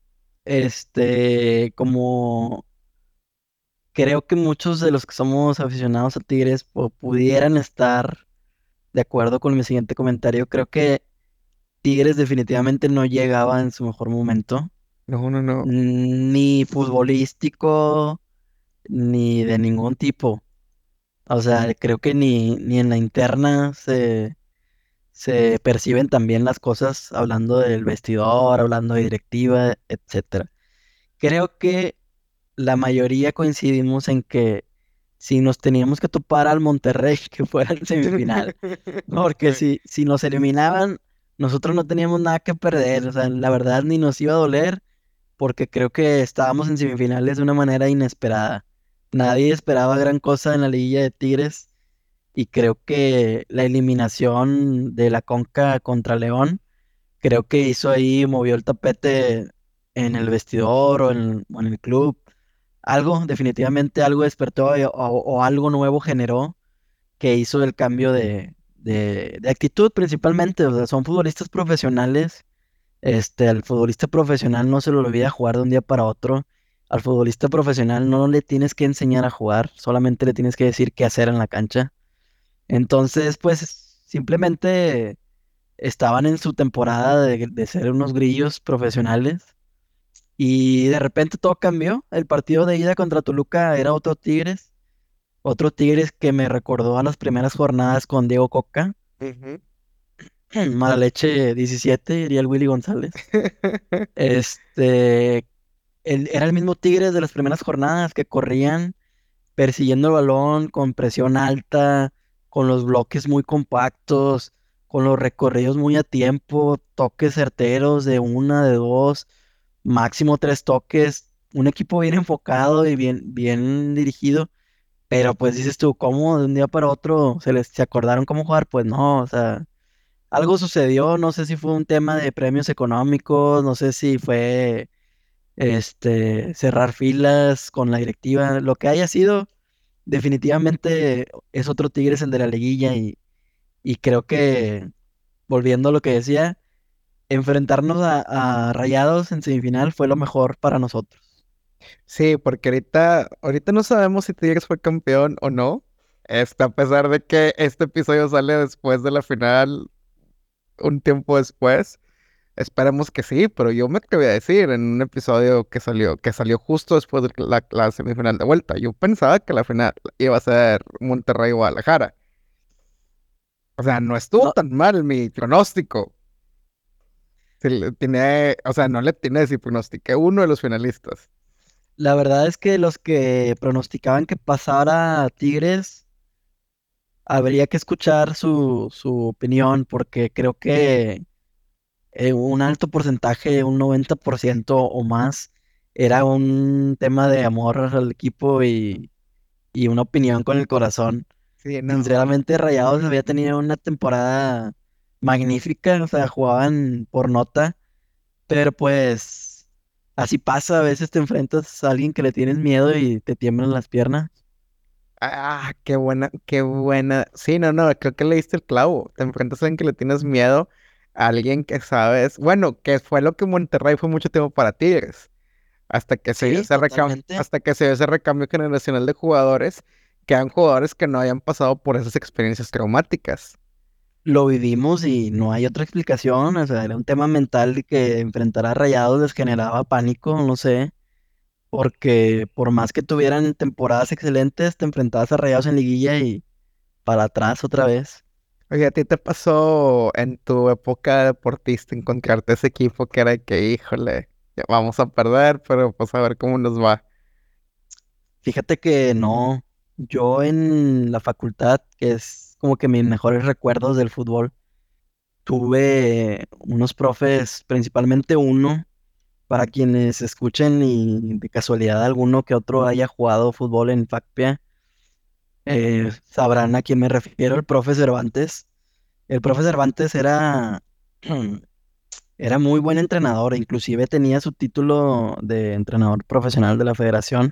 [SPEAKER 1] este, como creo que muchos de los que somos aficionados a Tigres pu- pudieran estar de acuerdo con mi siguiente comentario, creo que Tigres definitivamente no llegaba en su mejor momento,
[SPEAKER 2] No, no, no.
[SPEAKER 1] ni futbolístico, ni de ningún tipo. O sea, creo que ni, ni en la interna se, se perciben también las cosas hablando del vestidor, hablando de directiva, etcétera. Creo que la mayoría coincidimos en que si nos teníamos que topar al Monterrey que fuera en semifinal, porque si, si nos eliminaban, nosotros no teníamos nada que perder, o sea, la verdad ni nos iba a doler, porque creo que estábamos en semifinales de una manera inesperada. Nadie esperaba gran cosa en la liguilla de Tigres y creo que la eliminación de la Conca contra León, creo que hizo ahí, movió el tapete en el vestidor o en, o en el club. Algo, definitivamente algo despertó y- o, o algo nuevo generó que hizo el cambio de, de, de actitud principalmente. O sea, son futbolistas profesionales. Este, al futbolista profesional no se le olvida jugar de un día para otro. Al futbolista profesional no le tienes que enseñar a jugar, solamente le tienes que decir qué hacer en la cancha. Entonces, pues simplemente estaban en su temporada de, de ser unos grillos profesionales y de repente todo cambió. El partido de ida contra Toluca era otro Tigres, otro Tigres que me recordó a las primeras jornadas con Diego Coca.
[SPEAKER 2] Ujú.
[SPEAKER 1] Mala leche diecisiete, diría el Willy González. Este, el- era el mismo Tigres de las primeras jornadas que corrían, persiguiendo el balón con presión alta, con los bloques muy compactos, con los recorridos muy a tiempo, toques certeros de una, de dos, máximo tres toques, un equipo bien enfocado y bien, bien dirigido, pero pues dices tú, ¿cómo de un día para otro se les se acordaron cómo jugar? Pues no, o sea, algo sucedió, no sé si fue un tema de premios económicos, no sé si fue este cerrar filas con la directiva, lo que haya sido, definitivamente es otro Tigres el de la liguilla y, y creo que, volviendo a lo que decía, enfrentarnos a, a Rayados en semifinal fue lo mejor para nosotros.
[SPEAKER 2] Sí, porque ahorita, ahorita no sabemos si Tigres fue campeón o no. Este, a pesar de que este episodio sale después de la final, un tiempo después. Esperemos que sí, pero yo me atreví a decir en un episodio que salió, que salió justo después de la, la semifinal de vuelta. Yo pensaba que la final iba a ser Monterrey-Guadalajara. O sea, no estuvo
[SPEAKER 1] No,
[SPEAKER 2] tan mal mi pronóstico. Sí le tiene, o sea, no le tiene si pronostiqué uno de los finalistas.
[SPEAKER 1] la verdad es que los que pronosticaban que pasara Tigres, habría que escuchar su, su opinión, porque creo que eh, un alto porcentaje, un noventa por ciento o más, era un tema de amor al equipo y, y una opinión con el corazón.
[SPEAKER 2] Sí, no.
[SPEAKER 1] Sinceramente, Rayados había tenido una temporada magnífica, o sea, jugaban por nota, pero pues así pasa, a veces te enfrentas a alguien que le tienes miedo y te tiemblan las piernas.
[SPEAKER 2] Ah, qué buena, qué buena. Sí, no, no, creo que le diste el clavo. Te enfrentas a alguien que le tienes miedo, a alguien que sabes, bueno, que fue lo que Monterrey fue mucho tiempo para Tigres. hasta que se dio
[SPEAKER 1] Sí,
[SPEAKER 2] ese recam-
[SPEAKER 1] totalmente.
[SPEAKER 2] hasta que se dio ese recambio generacional de jugadores, que eran jugadores que no habían pasado por esas experiencias traumáticas.
[SPEAKER 1] Lo vivimos y no hay otra explicación, o sea, era un tema mental de que enfrentar a Rayados les generaba pánico, no sé, porque por más que tuvieran temporadas excelentes, te enfrentabas a Rayados en liguilla y para atrás otra vez.
[SPEAKER 2] Oye, ¿a ti te pasó en tu época de deportista encontrarte ese equipo que era de que, híjole, ya vamos a perder, pero pues a ver cómo nos va?
[SPEAKER 1] Fíjate que no, yo en la facultad, que es como que mis mejores recuerdos del fútbol, tuve unos profes, principalmente uno, para quienes escuchen y de casualidad alguno que otro haya jugado fútbol en FACPIA, eh, sabrán a quién me refiero, el profe Cervantes. El profe Cervantes era, era muy buen entrenador, inclusive tenía su título de entrenador profesional de la federación.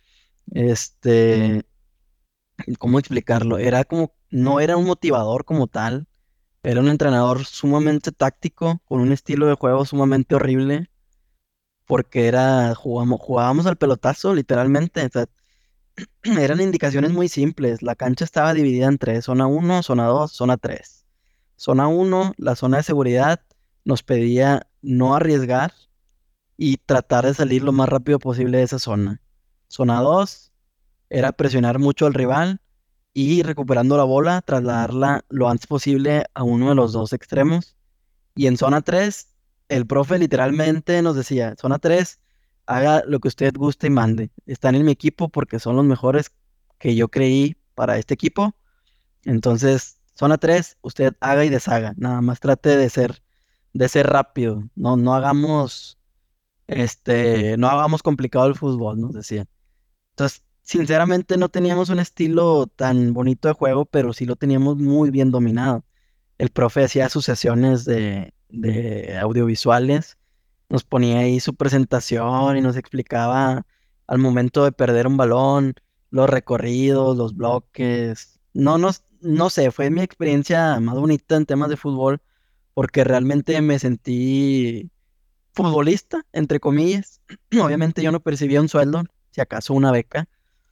[SPEAKER 1] Este, ¿cómo explicarlo? Era como, no era un motivador como tal, era un entrenador sumamente táctico, con un estilo de juego sumamente horrible, porque era, jugamos, jugábamos al pelotazo, literalmente. O sea, eran indicaciones muy simples. La cancha estaba dividida en tres, zona uno, zona dos, zona tres. Zona uno, la zona de seguridad, nos pedía no arriesgar y tratar de salir lo más rápido posible de esa zona. Zona dos era presionar mucho al rival y recuperando la bola, trasladarla lo antes posible a uno de los dos extremos. Y en zona tres el profe literalmente nos decía, zona tres haga lo que usted guste y mande. Están en mi equipo porque son los mejores que yo creí para este equipo. Entonces, zona tres usted haga y deshaga. Nada más trate de ser, de ser rápido. No, no hagamos, este, no hagamos complicado el fútbol, nos decía. Entonces, sinceramente no teníamos un estilo tan bonito de juego, pero sí lo teníamos muy bien dominado. El profe hacía sus sesiones de, de audiovisuales, nos ponía ahí su presentación y nos explicaba al momento de perder un balón, los recorridos, los bloques. No, no, no sé, fue mi experiencia más bonita en temas de fútbol porque realmente me sentí futbolista, entre comillas. Obviamente yo no percibía un sueldo, si acaso una beca,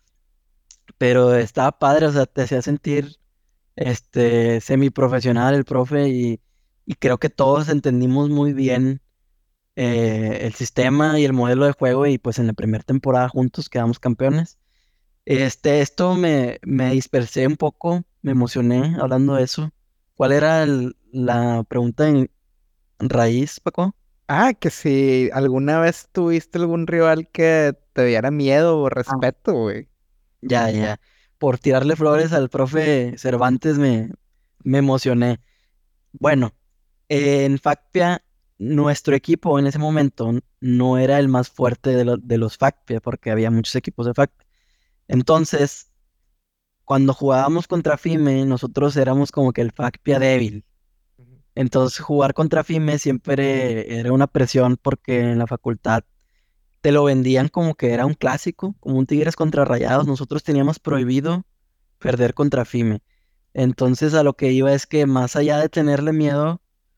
[SPEAKER 1] pero estaba padre, o sea, te hacía sentir este semiprofesional el profe y, y creo que todos entendimos muy bien eh, el sistema y el modelo de juego y pues en la primera temporada juntos quedamos campeones. Este, esto me, me dispersé un poco, me emocioné hablando de eso. ¿Cuál era el- la pregunta en raíz, Paco?
[SPEAKER 2] Ah, que si alguna vez tuviste algún rival que te diera miedo o
[SPEAKER 1] Ah,
[SPEAKER 2] respeto, güey.
[SPEAKER 1] Ya, ya. Por tirarle flores al profe Cervantes me, me emocioné. Bueno, en Facpia, nuestro equipo en ese momento no era el más fuerte de, lo- de los Facpia, porque había muchos equipos de Facpia. Entonces, cuando jugábamos contra FIME, nosotros éramos como que el Facpia débil.
[SPEAKER 2] Ujú.
[SPEAKER 1] Entonces, jugar contra FIME siempre era una presión porque en la facultad te lo vendían como que era un clásico, como un Tigres contra Rayados. Nosotros teníamos prohibido perder contra FIME. Entonces, a lo que iba es que más allá de tenerle miedo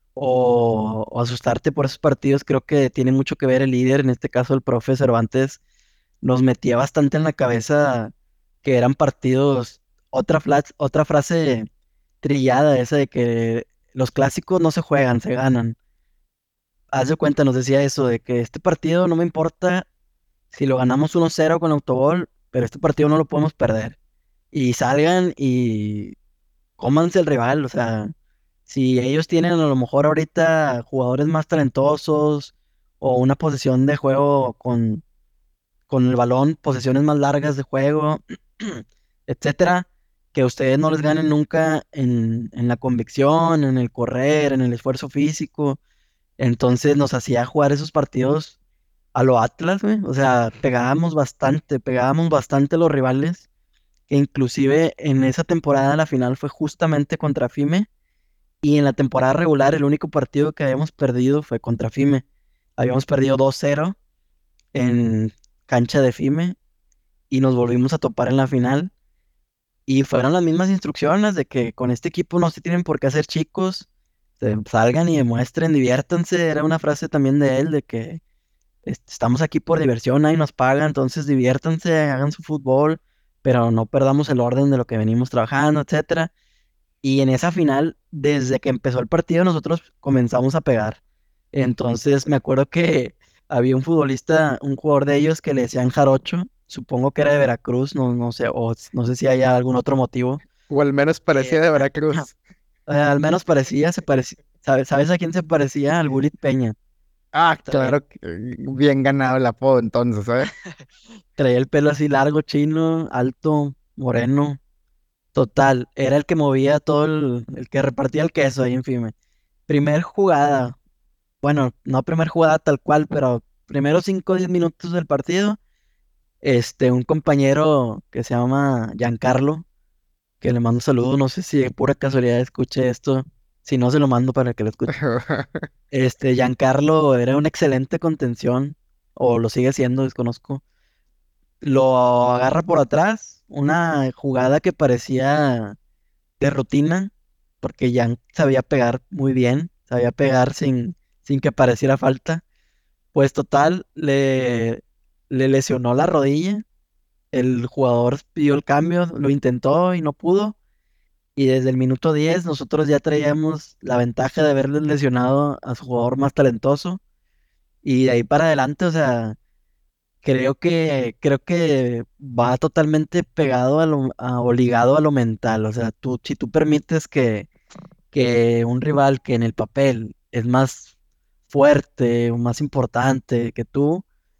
[SPEAKER 1] o, o asustarte por esos partidos, creo que tiene mucho que ver el líder, en este caso el profe Cervantes, nos metía bastante en la cabeza que eran partidos, otra, flas- otra frase trillada, esa de que los clásicos no se juegan, se ganan. Haz de cuenta, nos decía eso, de que este partido no me importa si lo ganamos uno cero con autogol, pero este partido no lo podemos perder. Y salgan y cómanse el rival, o sea, si ellos tienen a lo mejor ahorita jugadores más talentosos o una posición de juego con, con el balón, posesiones más largas de juego, etcétera, que ustedes no les ganen nunca en, en la convicción, en el correr, en el esfuerzo físico. Entonces nos hacía jugar esos partidos a lo Atlas, güey. O sea, pegábamos bastante, pegábamos bastante a los rivales. Que inclusive en esa temporada la final fue justamente contra FIME. Y en la temporada regular el único partido que habíamos perdido fue contra FIME. Habíamos perdido dos cero en cancha de FIME y nos volvimos a topar en la final. Y fueron las mismas instrucciones de que con este equipo no se tienen por qué hacer chicos. Se- salgan y demuestren, diviértanse. Era una frase también de él de que este, estamos aquí por diversión, nadie nos paga, entonces diviértanse, hagan su fútbol, pero no perdamos el orden de lo que venimos trabajando, etcétera. Y en esa final, desde que empezó el partido, nosotros comenzamos a pegar. Entonces me acuerdo que había un futbolista, un jugador de ellos que le decían Jarocho, supongo que era de Veracruz, no, no sé, o s- no sé si haya algún otro motivo.
[SPEAKER 2] O al menos parecía
[SPEAKER 1] que,
[SPEAKER 2] de Veracruz.
[SPEAKER 1] eh, Al menos parecía, se parecía, ¿sabes, sabes a quién se parecía? Al Gulit Peña.
[SPEAKER 2] Ah,
[SPEAKER 1] Traía,
[SPEAKER 2] claro, que bien ganado el apodo entonces, ¿eh?
[SPEAKER 1] traía el pelo así largo, chino, alto, moreno. Total, era el que movía todo el, el que repartía el queso ahí en FIME. Primer jugada, bueno, no primer jugada tal cual, pero primeros cinco o diez minutos del partido, este, un compañero que se llama Giancarlo, que le mando saludos, no sé si de pura casualidad escuche esto, si no se lo mando para que lo escuche. Este, Giancarlo era una excelente contención, o lo sigue siendo, desconozco. Lo agarra por atrás, una jugada que parecía de rutina, porque Jan sabía pegar muy bien, sabía pegar sin, sin que pareciera falta. Pues total, le, le lesionó la rodilla, el jugador pidió el cambio, lo intentó y no pudo. Y desde el minuto diez nosotros ya traíamos la ventaja de haberle lesionado a su jugador más talentoso. Y de ahí para adelante, o sea, creo que, creo que va totalmente pegado a lo, a- o ligado a lo mental. O sea, tú, si tú permites que que un rival que en el papel es más fuerte o más importante que tú,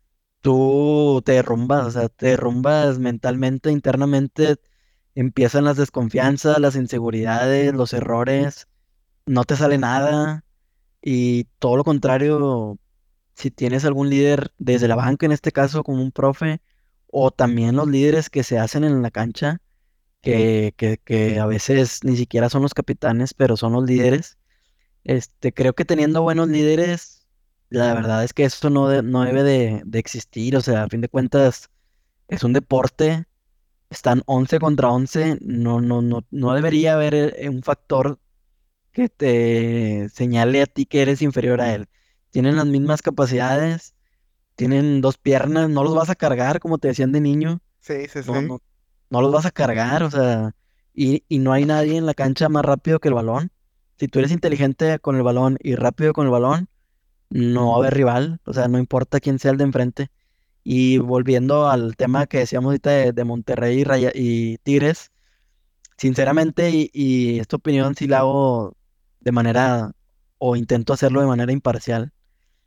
[SPEAKER 1] tú te derrumbas, o sea, te derrumbas mentalmente, internamente, empiezan las desconfianzas, las inseguridades, los errores, no te sale nada y todo lo contrario, si tienes algún líder desde la banca, en este caso como un profe, o también los líderes que se hacen en la cancha, que, que, que a veces ni siquiera son los capitanes, pero son los líderes. Este, creo que teniendo buenos líderes, la verdad es que eso no, de- no debe de, de existir. O sea, a fin de cuentas, es un deporte, están once contra once, no, no, no, no debería haber eh, un factor que te señale a ti que eres inferior a él. Tienen las mismas capacidades, tienen dos piernas, no los vas a cargar, como te decían de niño,
[SPEAKER 2] Sí, sí,
[SPEAKER 1] no,
[SPEAKER 2] sí.
[SPEAKER 1] no, no los vas a cargar, o sea, y, y no hay nadie en la cancha más rápido que el balón. Si tú eres inteligente con el balón y rápido con el balón, no va a haber rival, o sea, no importa quién sea el de enfrente. Y volviendo al tema que decíamos ahorita de, de Monterrey y, Raya- y Tigres, sinceramente, y, y esta opinión sí la hago de manera, o intento hacerlo de manera imparcial.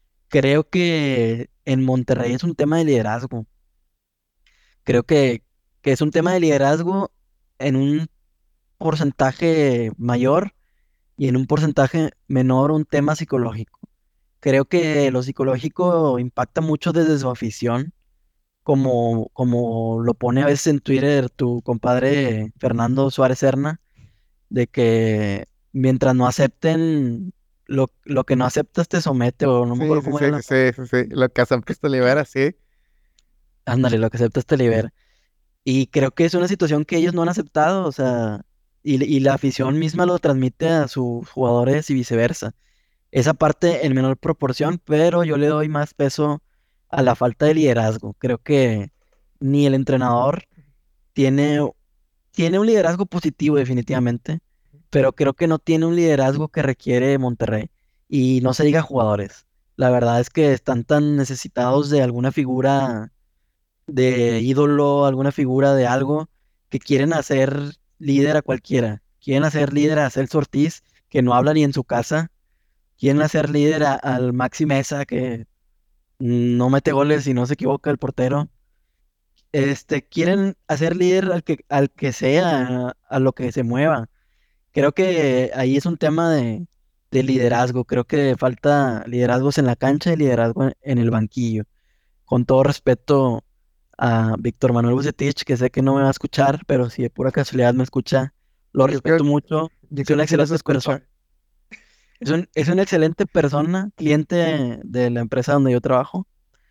[SPEAKER 1] Creo que en Monterrey es un tema de liderazgo. Creo que que es un tema de liderazgo en un porcentaje mayor y en un porcentaje menor un tema psicológico. Creo que lo psicológico impacta mucho desde su afición, como, como lo pone a veces en Twitter tu compadre Fernando Suárez Serna, de que mientras no acepten lo, lo que no aceptas te somete, o no me
[SPEAKER 2] Sí,
[SPEAKER 1] acuerdo
[SPEAKER 2] sí,
[SPEAKER 1] cómo
[SPEAKER 2] sí,
[SPEAKER 1] era la
[SPEAKER 2] sí,
[SPEAKER 1] frase.
[SPEAKER 2] sí, sí. Lo que hacen pues te libera, sí.
[SPEAKER 1] Ándale, lo que aceptas te libera. Y creo que es una situación que ellos no han aceptado, o sea, y, y la afición misma lo transmite a sus jugadores y viceversa. Esa parte en menor proporción, pero yo le doy más peso a la falta de liderazgo. Creo que ni el entrenador tiene, tiene un liderazgo positivo definitivamente, pero creo que no tiene un liderazgo que requiere Monterrey. Y no se diga jugadores. La verdad es que están tan necesitados de alguna figura de ídolo, alguna figura de algo, que quieren hacer líder a cualquiera. Quieren hacer líder a Celso Ortiz, que no habla ni en su casa. Quieren hacer líder a- al Maxi Mesa, que no mete goles y no se equivoca el portero. Este, quieren hacer líder al que, al que sea, a lo que se mueva. Creo que ahí es un tema de, de liderazgo. Creo que falta liderazgos en la cancha y liderazgo en, en el banquillo. Con todo respeto a Víctor Manuel Bucetich, que sé que no me va a escuchar, pero si de pura casualidad me escucha, lo
[SPEAKER 2] Yo creo,
[SPEAKER 1] respeto mucho.
[SPEAKER 2] yo
[SPEAKER 1] Es
[SPEAKER 2] creo
[SPEAKER 1] una
[SPEAKER 2] que sí nos
[SPEAKER 1] excelente
[SPEAKER 2] escucha.
[SPEAKER 1] persona. Es un, es una excelente persona, cliente de la empresa donde yo trabajo,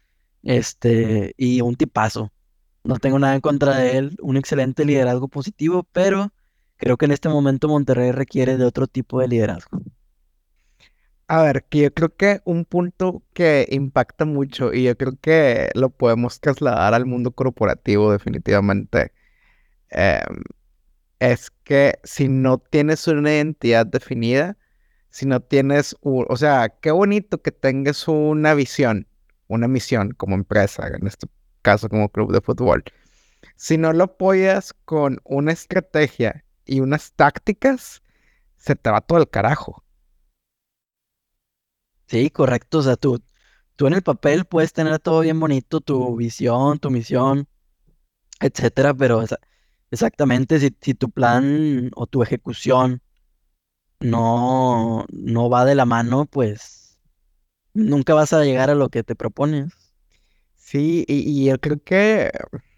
[SPEAKER 1] este, y un tipazo. No tengo nada en contra de él, un excelente liderazgo positivo, pero creo que en este momento Monterrey requiere de otro tipo de liderazgo.
[SPEAKER 2] A ver, que yo creo que un punto que impacta mucho y yo creo que lo podemos trasladar al mundo corporativo definitivamente, em, es que si no tienes una identidad definida, si no tienes, u- o sea, qué bonito que tengas una visión, una misión como empresa, en este caso como club de fútbol. Si no lo apoyas con una estrategia y unas tácticas, se te va todo el carajo.
[SPEAKER 1] Sí, correcto. O sea, tú, tú en el papel puedes tener todo bien bonito, tu visión, tu misión, etcétera, pero esa- exactamente si, si tu plan o tu ejecución no, no va de la mano, pues nunca vas a llegar a lo que te propones.
[SPEAKER 2] Sí, y, y yo creo que,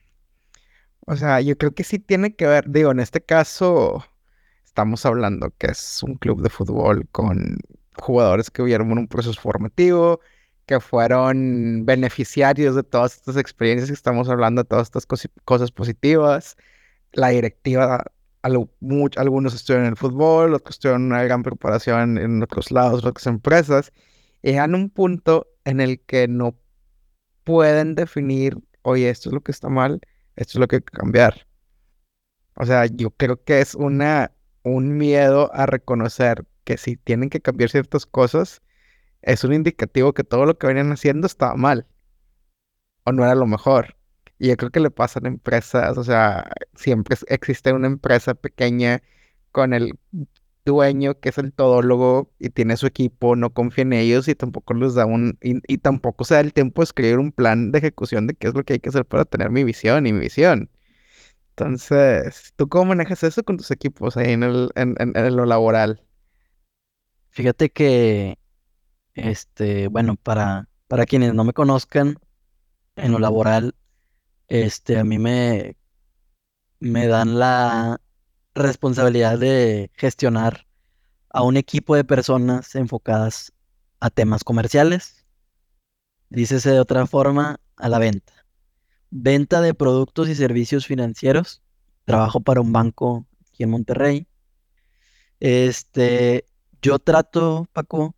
[SPEAKER 2] o sea, yo creo que sí tiene que ver, digo, en este caso estamos hablando que es un club de fútbol con jugadores que vieron un proceso formativo, que fueron beneficiarios de todas estas experiencias que estamos hablando, de todas estas cosi- cosas positivas. La directiva, algo- much- algunos estudian en el fútbol, otros estudian una gran preparación en otros lados, otras empresas, y llegan a un punto en el que no pueden definir, oye, esto es lo que está mal, esto es lo que hay que cambiar. O sea, yo creo que es una, un miedo a reconocer que si tienen que cambiar ciertas cosas, es un indicativo que todo lo que venían haciendo estaba mal o no era lo mejor. Y yo creo que le pasa a empresas, o sea, siempre es- existe una empresa pequeña con el dueño que es el todólogo y tiene su equipo, no confía en ellos y tampoco les da un, y, y tampoco se da el tiempo de escribir un plan de ejecución de qué es lo que hay que hacer para tener mi visión y mi visión. Entonces, ¿tú cómo manejas eso con tus equipos ahí en el, en, en- en lo laboral?
[SPEAKER 1] Fíjate que, este, bueno, para, para quienes no me conozcan en lo laboral, este, a mí me, me dan la responsabilidad de gestionar a un equipo de personas enfocadas a temas comerciales, dícese de otra forma, a la venta. Venta de productos y servicios financieros. Trabajo para un banco aquí en Monterrey. Este, yo trato, Paco,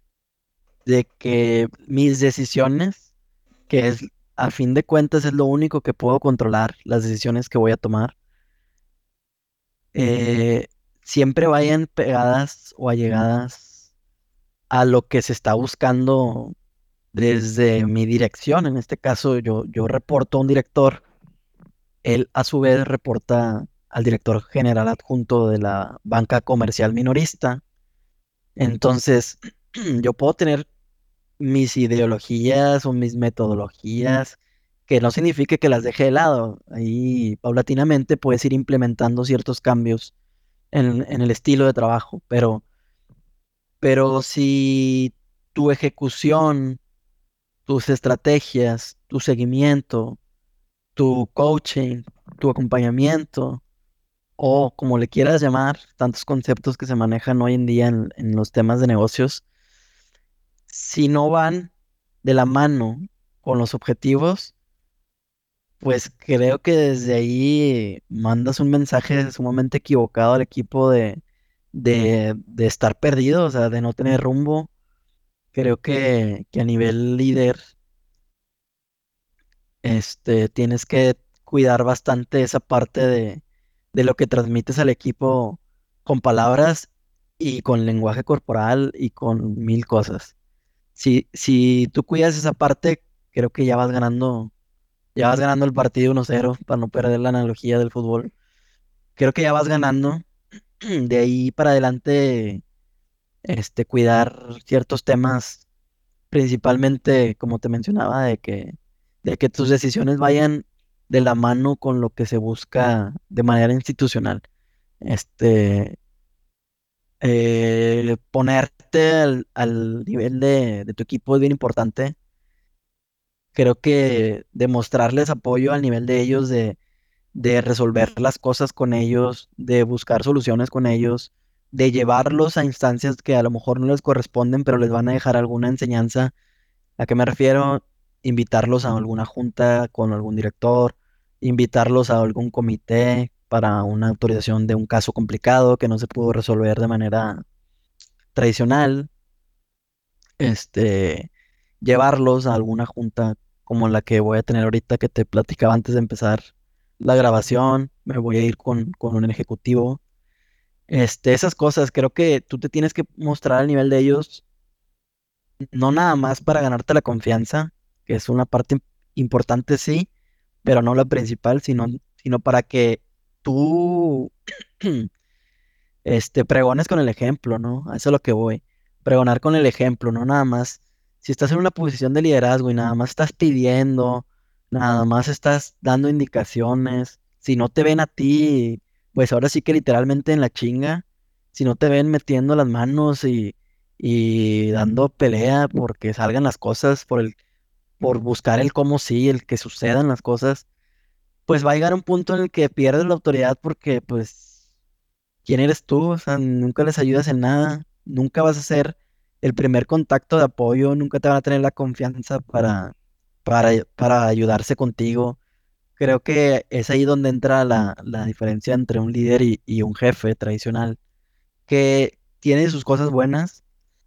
[SPEAKER 1] de que mis decisiones, que es a fin de cuentas es lo único que puedo controlar, las decisiones que voy a tomar, eh, siempre vayan pegadas o allegadas a lo que se está buscando desde mi dirección. En este caso, yo, yo reporto a un director, él a su vez reporta al director general adjunto de la banca comercial minorista. Entonces, yo puedo tener mis ideologías o mis metodologías que no signifique que las deje de lado. Ahí paulatinamente puedes ir implementando ciertos cambios en, en el estilo de trabajo, pero, pero si tu ejecución, tus estrategias, tu seguimiento, tu coaching, tu acompañamiento, o como le quieras llamar, tantos conceptos que se manejan hoy en día en, en los temas de negocios, si no van de la mano con los objetivos, pues creo que desde ahí mandas un mensaje sumamente equivocado al equipo de, de, de estar perdido, o sea, de no tener rumbo. Creo que, que a nivel líder, este, tienes que cuidar bastante esa parte de, de lo que transmites al equipo con palabras y con lenguaje corporal y con mil cosas. Si, si tú cuidas esa parte, creo que ya vas ganando, ya vas ganando el partido uno cero para no perder la analogía del fútbol. Creo que ya vas ganando. De ahí para adelante, este, cuidar ciertos temas, principalmente, como te mencionaba, de que, de que tus decisiones vayan de la mano con lo que se busca de manera institucional. Este, eh, ponerte al, al nivel de, de tu equipo es bien importante. Creo que demostrarles apoyo al nivel de ellos, de, de resolver las cosas con ellos, de buscar soluciones con ellos, de llevarlos a instancias que a lo mejor no les corresponden, pero les van a dejar alguna enseñanza. ¿A qué me refiero? Invitarlos a alguna junta con algún director, invitarlos a algún comité para una autorización de un caso complicado que no se pudo resolver de manera tradicional, este, llevarlos a alguna junta como la que voy a tener ahorita que te platicaba antes de empezar la grabación, me voy a ir con, con un ejecutivo. Este, esas cosas, creo que tú te tienes que mostrar al nivel de ellos, no nada más para ganarte la confianza, que es una parte im- importante, sí, pero no la principal, sino, sino para que tú este, pregones con el ejemplo, ¿no? A eso es lo que voy. Pregonar con el ejemplo, no nada más. Si estás en una posición de liderazgo y nada más estás pidiendo, nada más estás dando indicaciones, si no te ven a ti, pues ahora sí que literalmente en la chinga, si no te ven metiendo las manos y, y dando pelea porque salgan las cosas, por el, por buscar el cómo sí, el que sucedan las cosas, pues va a llegar un punto en el que pierdes la autoridad porque pues ¿quién eres tú? O sea, nunca les ayudas en nada, nunca vas a ser el primer contacto de apoyo, nunca te van a tener la confianza para, para, para ayudarse contigo. Creo que es ahí donde entra la, la diferencia entre un líder y, y un jefe tradicional, que tiene sus cosas buenas,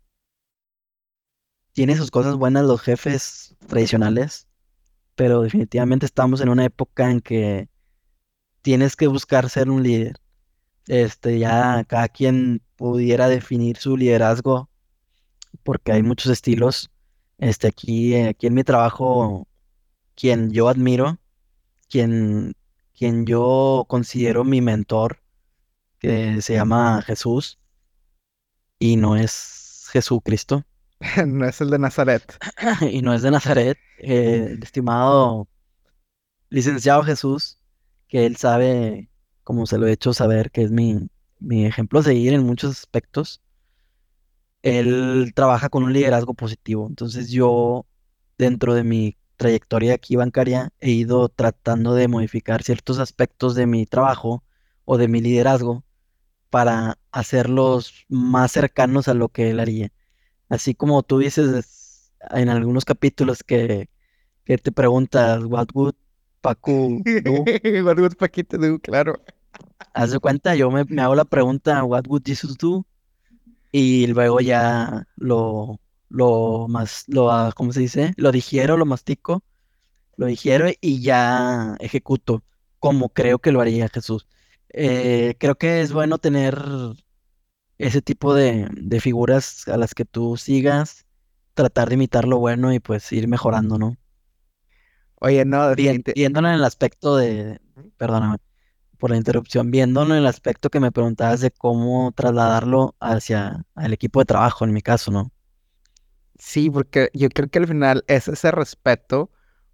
[SPEAKER 1] tiene sus cosas buenas los jefes tradicionales, pero definitivamente estamos en una época en que tienes que buscar ser un líder. Este, ya cada quien pudiera definir su liderazgo porque hay muchos estilos. Este, aquí, eh, aquí en mi trabajo, quien yo admiro, quien, quien yo considero mi mentor, que se llama Jesús, y no es Jesucristo,
[SPEAKER 2] No es el de Nazaret.
[SPEAKER 1] y no es de Nazaret, eh, el estimado licenciado Jesús, que él sabe, como se lo he hecho saber, que es mi, mi ejemplo a seguir en muchos aspectos. Él trabaja con un liderazgo positivo. Entonces yo, dentro de mi trayectoria aquí bancaria, he ido tratando de modificar ciertos aspectos de mi trabajo o de mi liderazgo para hacerlos más cercanos a lo que él haría. Así como tú dices es- en algunos capítulos que, que te preguntas, what would Pacu do?
[SPEAKER 2] What would Paquito do? Claro.
[SPEAKER 1] Haz de cuenta, yo me, me hago la pregunta, what would Jesus do? Y luego ya lo, lo más, lo, ah, ¿cómo se dice? Lo digiero, lo mastico, lo digiero y ya ejecuto como creo que lo haría Jesús. Eh, creo que es bueno tener ese tipo de, de figuras a las que tú sigas, tratar de imitar lo bueno y pues ir mejorando, ¿no?
[SPEAKER 2] Oye, no,
[SPEAKER 1] Bien,
[SPEAKER 2] definitivamente.
[SPEAKER 1] viéndolo en el aspecto de, perdóname por la interrupción, viéndolo en el aspecto que me preguntabas de cómo trasladarlo hacia el equipo de trabajo, en mi caso, ¿no?
[SPEAKER 2] Sí, porque yo creo que al final es ese respeto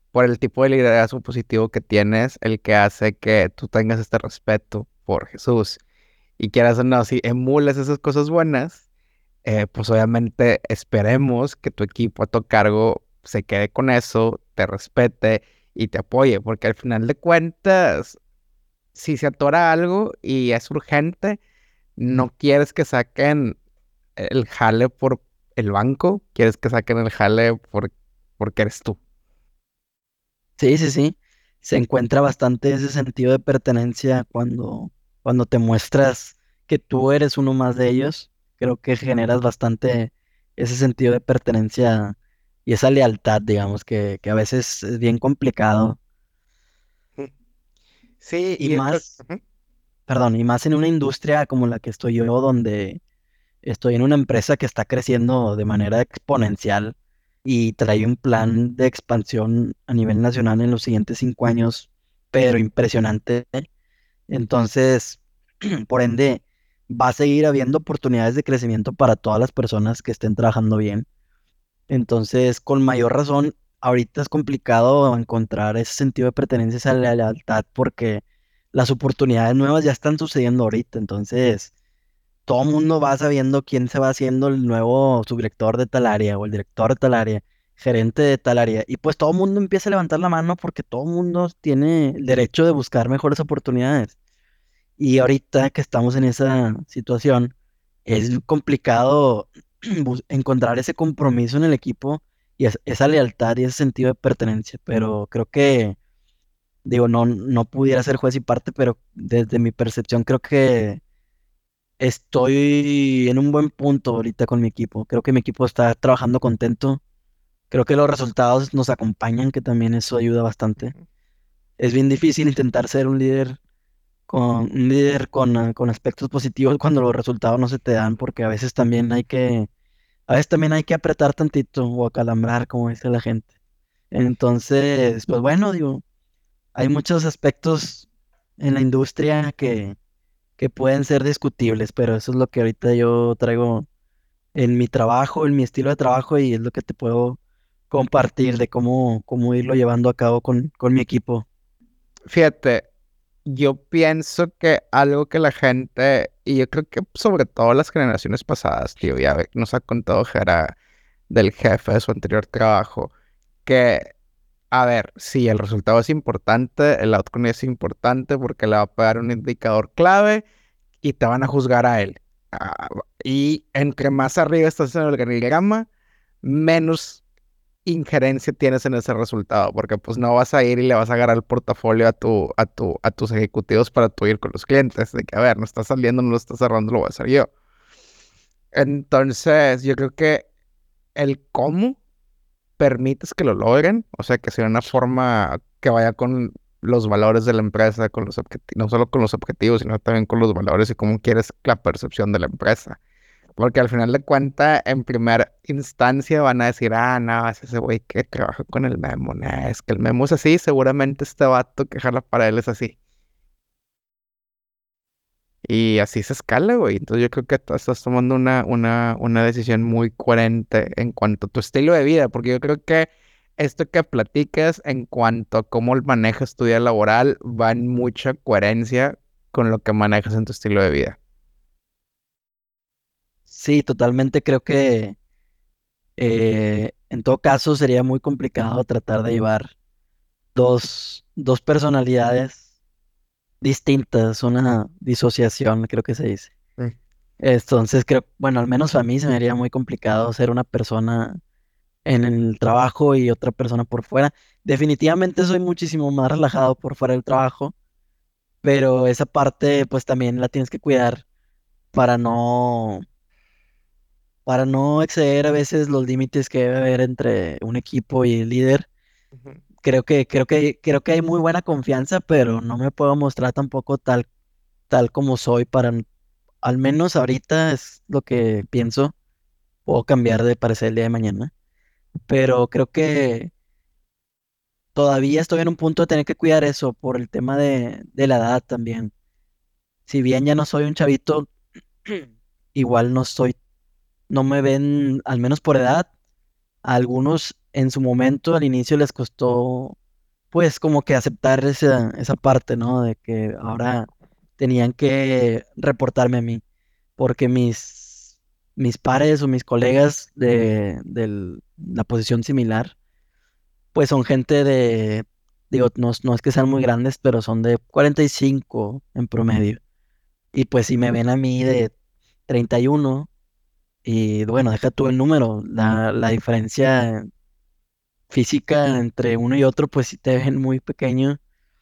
[SPEAKER 2] por el tipo de liderazgo positivo que tienes, el que hace que tú tengas este respeto por Jesús y quieras o no, si emulas esas cosas buenas, eh, pues obviamente esperemos que tu equipo a tu cargo se quede con eso, te respete y te apoye, porque al final de cuentas, si se atora algo y es urgente, no quieres que saquen el jale por el banco, quieres que saquen el jale por, porque eres tú.
[SPEAKER 1] Sí, sí, sí. Se encuentra bastante ese sentido de pertenencia cuando, cuando te muestras que tú eres uno más de ellos. Creo que generas bastante ese sentido de pertenencia y esa lealtad, digamos, que, que a veces es bien complicado.
[SPEAKER 2] Ujú. Sí,
[SPEAKER 1] Y
[SPEAKER 2] y yo creo...
[SPEAKER 1] más,
[SPEAKER 2] Ujú,
[SPEAKER 1] perdón, y más en una industria como la que estoy yo, donde estoy en una empresa que está creciendo de manera exponencial y trae un plan de expansión a nivel nacional en los siguientes cinco años, pero impresionante. Entonces, por ende, va a seguir habiendo oportunidades de crecimiento para todas las personas que estén trabajando bien. Entonces, con mayor razón, ahorita es complicado encontrar ese sentido de pertenencia, esa lealtad, porque las oportunidades nuevas ya están sucediendo ahorita. Entonces, todo el mundo va sabiendo quién se va haciendo el nuevo subdirector de tal área o el director de tal área, gerente de tal área. Y pues todo el mundo empieza a levantar la mano porque todo el mundo tiene el derecho de buscar mejores oportunidades. Y ahorita que estamos en esa situación, es complicado bus- encontrar ese compromiso en el equipo y es- esa lealtad y ese sentido de pertenencia. Pero creo que, digo, no, no pudiera ser juez y parte, pero desde mi percepción creo que estoy en un buen punto ahorita con mi equipo. Creo que mi equipo está trabajando contento. Creo que los resultados nos acompañan, que también eso ayuda bastante.
[SPEAKER 2] ujú,
[SPEAKER 1] Es bien difícil intentar ser un líder con un líder con, ah, con aspectos positivos cuando los resultados no se te dan, porque a veces también hay que, a veces también hay que apretar tantito o acalambrar, como dice la gente. Entonces, pues bueno, digo, hay muchos aspectos en la industria que, que pueden ser discutibles, pero eso es lo que ahorita yo traigo en mi trabajo, en mi estilo de trabajo y es lo que te puedo compartir de cómo, cómo irlo llevando a cabo con, con mi equipo.
[SPEAKER 2] fíjate, yo pienso que algo que la gente, y yo creo que sobre todo las generaciones pasadas, tío, ya ve- nos ha contado Jera del jefe de su anterior trabajo, que, a ver, sí, el resultado es importante, el outcome es importante porque le va a pagar un indicador clave y te van a juzgar a él. Ah, y entre más arriba estás en el organigrama, menos injerencia tienes en ese resultado, porque pues no vas a ir y le vas a agarrar el portafolio a tu, a tu, a tus ejecutivos para tu ir con los clientes, de que a ver, no está saliendo, no lo está cerrando, lo voy a hacer yo. Entonces, yo creo que el cómo permites que lo logren, o sea, que sea una forma que vaya con los valores de la empresa, con los objetivos, no solo con los objetivos, sino también con los valores y cómo quieres la percepción de la empresa. Porque al final de cuentas, en primera instancia van a decir, ah, no, es ese güey que trabaja con el Memo, nah, es que el Memo es así, seguramente este vato que jala para él es así. Y así se escala, güey. Entonces yo creo que tú estás tomando una, una, una decisión muy coherente en cuanto a tu estilo de vida, porque yo creo que esto que platicas en cuanto a cómo manejas tu día laboral va en mucha coherencia con lo que manejas en tu estilo de vida.
[SPEAKER 1] Sí, totalmente creo que eh, en todo caso sería muy complicado tratar de llevar dos, dos personalidades distintas, una disociación, creo que se dice.
[SPEAKER 2] Mm,
[SPEAKER 1] Entonces creo, bueno, al menos a mí se me haría muy complicado ser una persona en el trabajo y otra persona por fuera. Definitivamente soy muchísimo más relajado por fuera del trabajo, pero esa parte pues también la tienes que cuidar para no, para no exceder a veces los límites que debe haber entre un equipo y el líder.
[SPEAKER 2] ujú,
[SPEAKER 1] Creo que, creo que, creo que hay muy buena confianza, pero no me puedo mostrar tampoco tal, tal como soy para, al menos ahorita es lo que pienso. Puedo cambiar de parecer el día de mañana, pero creo que todavía estoy en un punto de tener que cuidar eso por el tema de, de la edad también. Si bien ya no soy un chavito, igual no soy, no me ven, al menos por edad, a algunos en su momento al inicio les costó pues como que aceptar esa, esa parte, ¿no? De que ahora tenían que reportarme a mí, porque mis, mis pares o mis colegas de, de la posición similar, pues son gente de, digo, no, es- no es que sean muy grandes, pero son de cuarenta y cinco en promedio. Y pues si me ven a mí de treinta y uno, y bueno, deja tú el número, la, la diferencia física entre uno y otro, pues sí te ven muy pequeño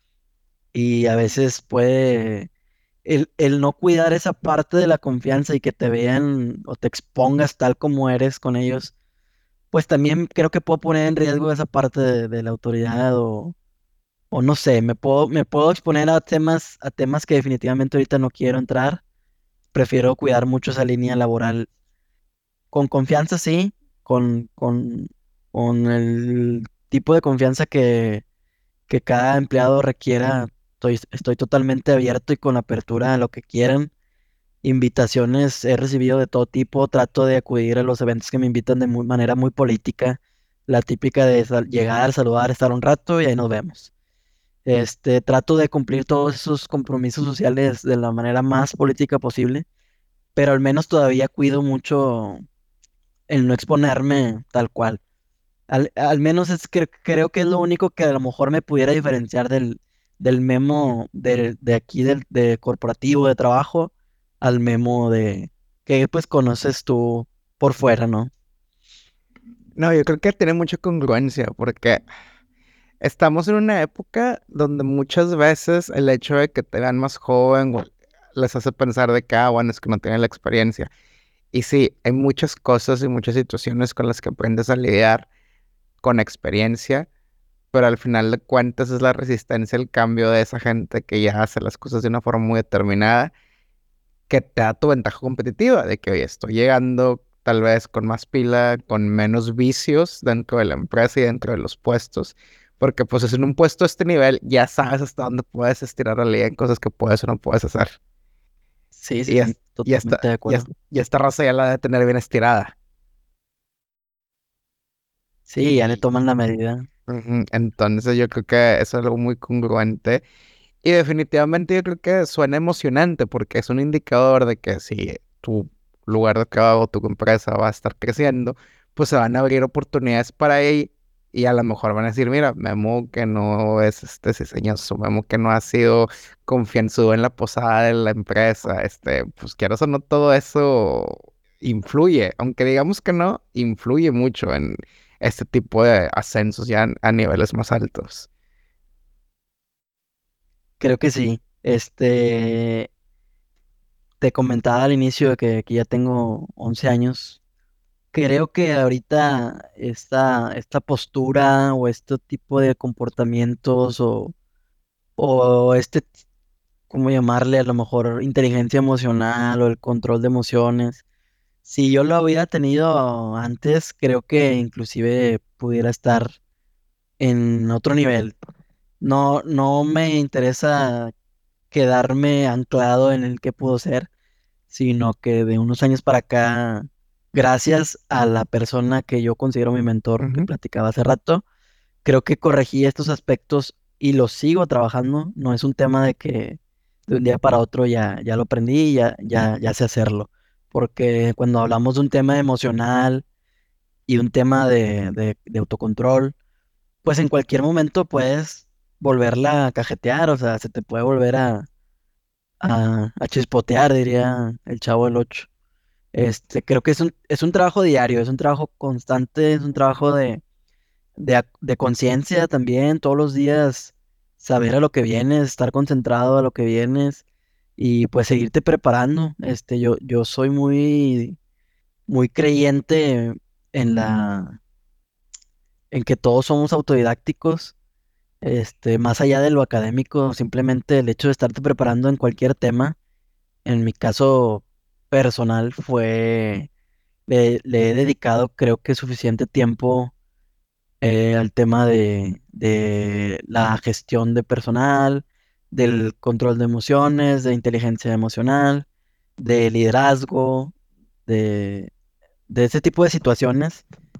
[SPEAKER 1] y a veces puede el, el no cuidar esa parte de la confianza y que te vean o te expongas tal como eres con ellos, pues también creo que puedo poner en riesgo esa parte de, de la autoridad o, o no sé, me puedo, me puedo exponer a temas, a temas que definitivamente ahorita no quiero entrar. Prefiero cuidar mucho esa línea laboral. Con confianza, sí, con, con, con el tipo de confianza que, que cada empleado requiera. Estoy, estoy totalmente abierto y con apertura a lo que quieran. Invitaciones he recibido de todo tipo. Trato de acudir a los eventos que me invitan de muy- manera muy política. La típica de sal- llegar, saludar, estar un rato y ahí nos vemos. Este, trato de cumplir todos esos compromisos sociales de la manera más política posible, pero al menos todavía cuido mucho el no exponerme tal cual. Al, al menos es que creo que es lo único que a lo mejor me pudiera diferenciar del, del memo de, de aquí del de corporativo de trabajo al memo de que pues conoces tú por fuera, ¿no?
[SPEAKER 2] No, yo creo que tiene mucha congruencia porque estamos en una época donde muchas veces el hecho de que te vean más joven o- les hace pensar de que, ah, bueno, es que no tienen la experiencia. Y sí, hay muchas cosas y muchas situaciones con las que aprendes a lidiar con experiencia, pero al final de cuentas es la resistencia al cambio de esa gente que ya hace las cosas de una forma muy determinada que te da tu ventaja competitiva, de que, oye, estoy llegando tal vez con más pila, con menos vicios dentro de la empresa y dentro de los puestos, porque pues es en un puesto de este nivel ya sabes hasta dónde puedes estirar la liga en cosas que puedes o no puedes hacer.
[SPEAKER 1] Sí, sí,
[SPEAKER 2] Y, es-
[SPEAKER 1] sí,
[SPEAKER 2] y, esta,
[SPEAKER 1] totalmente de
[SPEAKER 2] y, es-
[SPEAKER 1] acuerdo.
[SPEAKER 2] y esta raza ya la de tener bien estirada.
[SPEAKER 1] Sí, ya le toman la medida.
[SPEAKER 2] Ujú. Entonces yo creo que eso es algo muy congruente y definitivamente yo creo que suena emocionante porque es un indicador de que si tu lugar de trabajo, tu empresa va a estar creciendo, pues se van a abrir oportunidades para ahí y a lo mejor van a decir, mira, Memo que no es este ciseñoso, Memo que no ha sido confianzudo en la posada de la empresa, este, pues quieras o no, todo eso influye, aunque digamos que no, influye mucho en este tipo de ascensos ya a niveles más altos.
[SPEAKER 1] Creo que sí. Este, te comentaba al inicio de que, que ya tengo once años. Creo que ahorita esta, esta postura o este tipo de comportamientos o, o este, ¿cómo llamarle? A lo mejor inteligencia emocional o el control de emociones. Si yo lo hubiera tenido antes, creo que inclusive pudiera estar en otro nivel. No, no me interesa quedarme anclado en el que pudo ser, sino que de unos años para acá, gracias a la persona que yo considero mi mentor, que
[SPEAKER 2] Ujú.
[SPEAKER 1] platicaba hace rato, creo que corregí estos aspectos y los sigo trabajando. No es un tema de que de un día para otro ya, ya lo aprendí y ya, ya, ya sé hacerlo. Porque cuando hablamos de un tema emocional y un tema de, de, de autocontrol, pues en cualquier momento puedes volverla a cajetear, o sea, se te puede volver a, a, a chispotear, diría el Chavo del Ocho. Este, creo que es un, es un trabajo diario, es un trabajo constante, es un trabajo de, de, ac- de conciencia también, todos los días saber a lo que vienes, estar concentrado a lo que vienes y pues seguirte preparando. Este, yo, yo soy muy, muy creyente en la, en que todos somos autodidácticos, este, más allá de lo académico, simplemente el hecho de estarte preparando en cualquier tema, en mi caso personal fue, le, le he dedicado creo que suficiente tiempo eh, al tema de, de la gestión de personal, del control de emociones, de inteligencia emocional, de liderazgo, de, de ese tipo de situaciones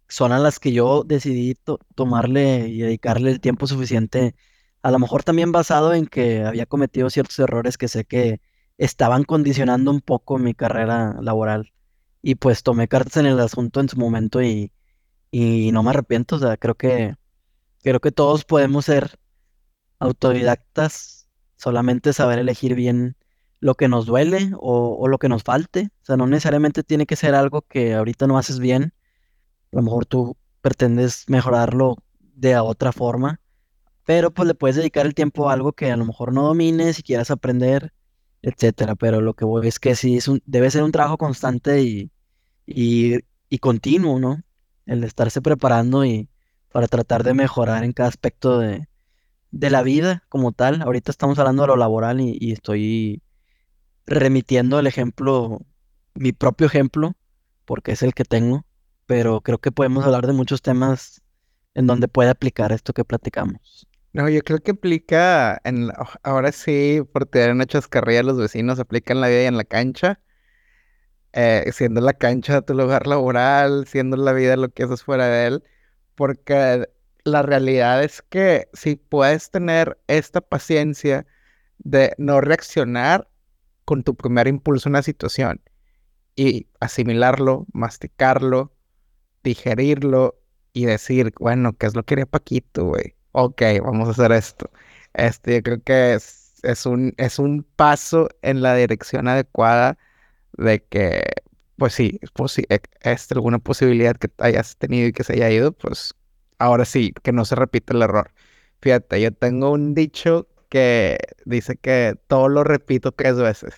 [SPEAKER 1] son a las que yo decidí to- tomarle y dedicarle el tiempo suficiente, a lo mejor también basado en que había cometido ciertos errores que sé que estaban condicionando un poco mi carrera laboral. Y pues tomé cartas en el asunto en su momento y, y no me arrepiento. O sea, creo que, creo que todos podemos ser autodidactas, solamente saber elegir bien lo que nos duele o, o lo que nos falte. O sea, no necesariamente tiene que ser algo que ahorita no haces bien. A lo mejor tú pretendes mejorarlo de otra forma, pero pues le puedes dedicar el tiempo a algo que a lo mejor no domines y quieras aprender, etcétera. Pero lo que voy es que sí es un, debe ser un trabajo constante y, y, y continuo, ¿no? El estarse preparando y para tratar de mejorar en cada aspecto de, de la vida como tal. Ahorita estamos hablando de lo laboral y, y estoy remitiendo el ejemplo, mi propio ejemplo, porque es el que tengo, pero creo que podemos hablar de muchos temas en donde puede aplicar esto que platicamos.
[SPEAKER 2] No, yo creo que aplica en la- ahora sí, por tirar una chascarrilla a los vecinos, aplica en la vida y en la cancha, eh, siendo la cancha tu lugar laboral, siendo la vida lo que haces fuera de él, porque la realidad es que si puedes tener esta paciencia de no reaccionar con tu primer impulso a una situación y asimilarlo, masticarlo, digerirlo y decir, bueno, ¿qué es lo que quería Paquito, güey? Ok, vamos a hacer esto. Este, yo creo que es, es un, es un paso en la dirección adecuada de que, pues sí, es posi- e- es alguna posibilidad que hayas tenido y que se haya ido, pues ahora sí, que no se repita el error. Fíjate, yo tengo un dicho que dice que todo lo repito tres veces.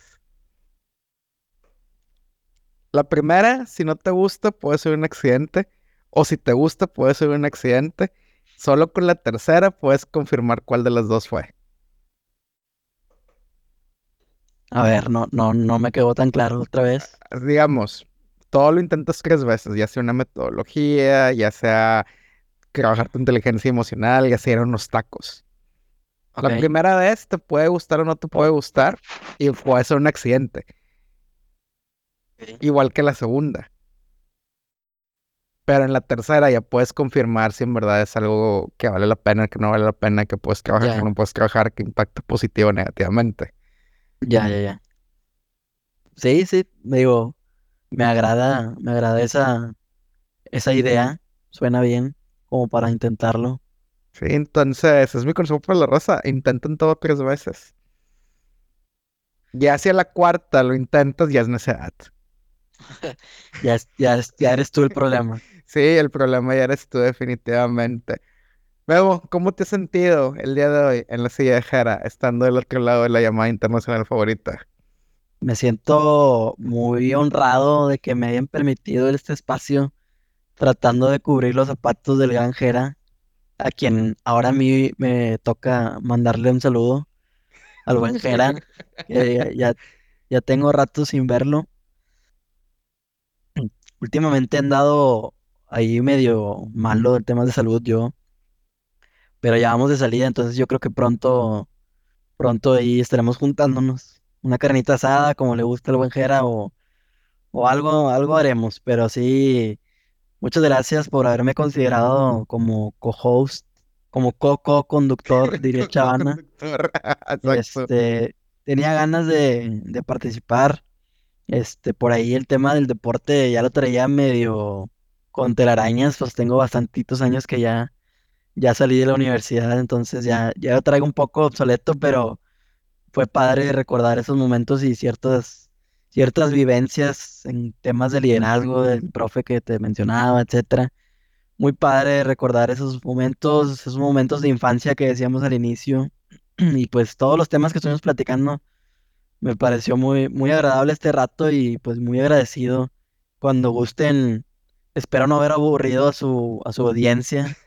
[SPEAKER 2] La primera, si no te gusta, puede ser un accidente. O si te gusta, puede ser un accidente. Solo con la tercera puedes confirmar cuál de las dos fue.
[SPEAKER 1] A ver, no, no, no me quedó tan claro otra vez.
[SPEAKER 2] Digamos, todo lo intentas tres veces, ya sea una metodología, ya sea trabajar tu inteligencia emocional, ya sea ir a unos tacos. La
[SPEAKER 1] Ok.
[SPEAKER 2] primera vez te puede gustar o no te puede gustar y puede ser un accidente,
[SPEAKER 1] Ok.
[SPEAKER 2] igual que la segunda. Pero en la tercera ya puedes confirmar si en verdad es algo que vale la pena, que no vale la pena, que puedes trabajar, que
[SPEAKER 1] Ya,
[SPEAKER 2] no puedes trabajar, que impacta positivo o negativamente.
[SPEAKER 1] ya, ya, ya. Sí, sí, me digo, me agrada, me agrada esa, esa idea. Suena bien como para intentarlo.
[SPEAKER 2] Sí, entonces es mi consejo para la raza. Intenten todo tres veces. Ya hacia la cuarta lo intentas, ya es necedad.
[SPEAKER 1] Ya, es- ya, es- ya eres tú el problema.
[SPEAKER 2] Sí, el problema ya eres tú definitivamente. Memo, ¿cómo te has sentido el día de hoy en la silla de Jera, estando del otro lado de la llamada internacional favorita?
[SPEAKER 1] Me siento muy honrado de que me hayan permitido este espacio tratando de cubrir los zapatos del gran Jera, a quien ahora a mí me toca mandarle un saludo al buen Jera, que ya, ya, ya tengo rato sin verlo. Últimamente he andado ahí medio malo de temas de salud yo, pero ya vamos de salida, entonces yo creo que pronto, pronto ahí estaremos juntándonos. Una carnita asada, como le gusta al buen Jera, o, o algo, algo haremos, pero sí. Muchas gracias por haberme considerado como co-host, como co-co-conductor, diría Chavana.
[SPEAKER 2] Conductor, exacto.
[SPEAKER 1] Este, tenía ganas de, de participar. Este, por ahí el tema del deporte ya lo traía medio con telarañas, pues tengo bastantitos años que ya, ya salí de la universidad, entonces ya, ya lo traigo un poco obsoleto, pero fue padre recordar esos momentos y ciertas, ciertas vivencias en temas de liderazgo, del profe que te mencionaba, etcétera. Muy padre recordar esos momentos, esos momentos de infancia que decíamos al inicio. Y pues todos los temas que estuvimos platicando, me pareció muy, muy agradable este rato y pues muy agradecido. Cuando gusten, espero no haber aburrido a su, a su audiencia.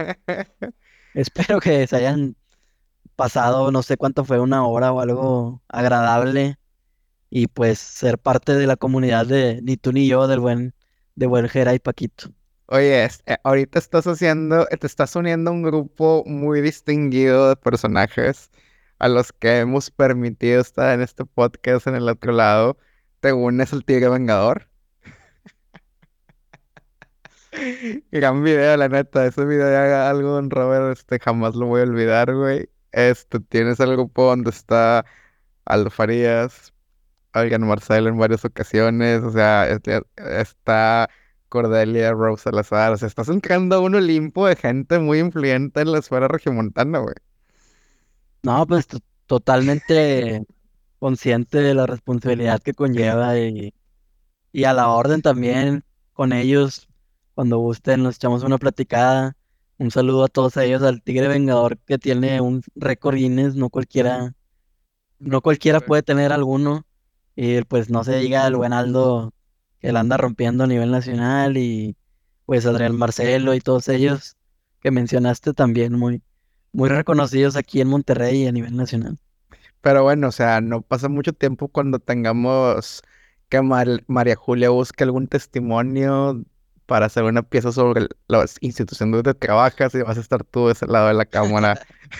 [SPEAKER 1] Espero que se hayan pasado, no sé cuánto fue, una hora o algo agradable. Y pues ser parte de la comunidad de ni tú ni yo, del buen, de buen Jera y Paquito.
[SPEAKER 2] Oye, es- eh, ahorita estás haciendo, eh, te estás uniendo a un grupo muy distinguido de personajes a los que hemos permitido estar en este podcast en el otro lado. Te unes al Tigre Vengador. Gran video, la neta. Ese video de Haga algo Don Robert, este, jamás lo voy a olvidar, güey. Este, tienes el grupo donde está Aldo Farías, Oigan Marcelo en varias ocasiones, o sea, este, está Cordelia, Rose Salazar, o sea, estás entrando a un Olimpo de gente muy influyente en la esfera regiomontana, güey.
[SPEAKER 1] No, pues to- totalmente consciente de la responsabilidad que conlleva y, y a la orden también con ellos. Cuando gusten, nos echamos una platicada. Un saludo a todos ellos, al Tigre Vengador que tiene un récord Guinness, no cualquiera, no cualquiera puede tener alguno. Y pues no se diga el buen Aldo que la anda rompiendo a nivel nacional y pues Adrián Marcelo y todos ellos que mencionaste también muy, muy reconocidos aquí en Monterrey y a nivel nacional.
[SPEAKER 2] Pero bueno, o sea, no pasa mucho tiempo cuando tengamos que Mar- María Julia busque algún testimonio para hacer una pieza sobre el- las instituciones donde trabajas y vas a estar tú de ese lado de la cámara.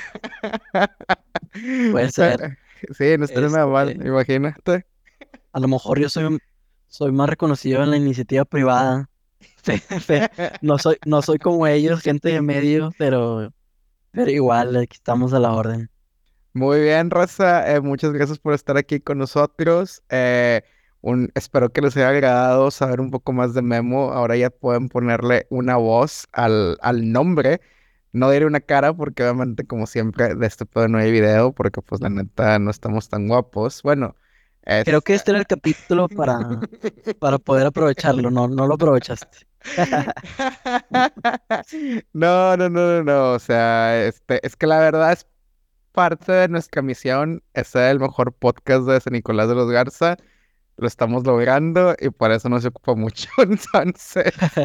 [SPEAKER 1] Puede ser,
[SPEAKER 2] Sí, no estaría nada mal,
[SPEAKER 1] este,
[SPEAKER 2] imagínate.
[SPEAKER 1] a lo mejor yo soy, un- soy más reconocido en la iniciativa privada. Fe- fe- No soy, no soy como ellos, gente de medio, pero, pero igual, aquí estamos a la orden.
[SPEAKER 2] Muy bien, Rosa. Eh, muchas gracias por estar aquí con nosotros. Eh, un, espero que les haya agradado saber un poco más de Memo. Ahora ya pueden ponerle una voz al, al nombre. No diré una cara porque obviamente, como siempre, de este pedo no hay video porque pues la neta no estamos tan guapos. Bueno,
[SPEAKER 1] Creo
[SPEAKER 2] es...
[SPEAKER 1] que este era el capítulo para, para poder aprovecharlo, no, no lo aprovechaste.
[SPEAKER 2] No, no, no, no, no. O sea, este, es que la verdad es parte de nuestra misión. Es ser el mejor podcast de San Nicolás de los Garza. Lo estamos logrando y por eso no se ocupa mucho. Entonces,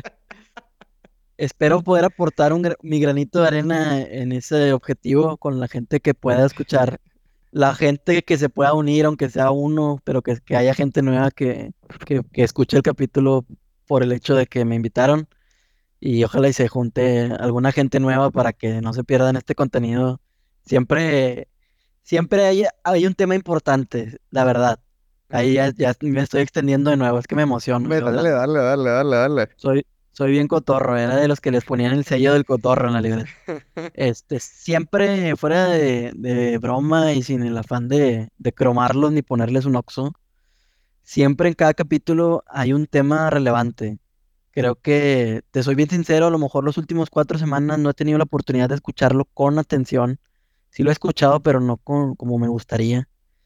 [SPEAKER 1] Espero poder aportar un, gra- mi granito de arena en ese objetivo con la gente que pueda escuchar, la gente que se pueda unir, aunque sea uno, pero que, que haya gente nueva que, que, que escuche el capítulo por el hecho de que me invitaron y ojalá y se junte alguna gente nueva para que no se pierdan este contenido. Siempre, siempre hay, hay un tema importante, la verdad. Ahí ya, ya me estoy extendiendo de nuevo, es que me emociono
[SPEAKER 2] me
[SPEAKER 1] yo,
[SPEAKER 2] dale,
[SPEAKER 1] la-
[SPEAKER 2] dale, dale, dale, dale.
[SPEAKER 1] soy, soy bien cotorro, era de los que les ponían el sello del cotorro en la libreta. Este, siempre fuera de, de broma y sin el afán de, de cromarlos ni ponerles un oxo, siempre en cada capítulo hay un tema relevante. Creo que, te soy bien sincero, a lo mejor los últimos cuatro semanas no he tenido la oportunidad de escucharlo con atención. Sí lo he escuchado, pero no con, como me gustaría.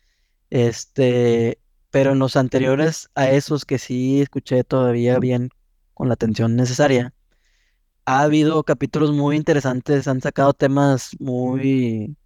[SPEAKER 1] Este, pero en los anteriores a esos que sí escuché todavía bien con la atención necesaria, ha habido capítulos muy interesantes, han sacado temas muy,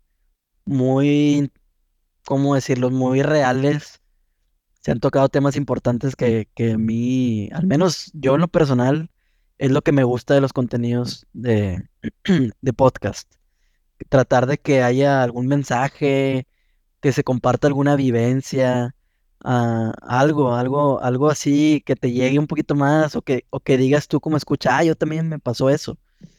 [SPEAKER 1] muy, ¿cómo decirlo? Muy reales. Se han tocado temas importantes que, que a mí, al menos yo en lo personal, es lo que me gusta de los contenidos de, de podcast. Tratar de que haya algún mensaje, que se comparta alguna vivencia, ah, algo, algo, algo así que te llegue un poquito más o que, o que digas tú como escucha, ah, yo también me pasó eso.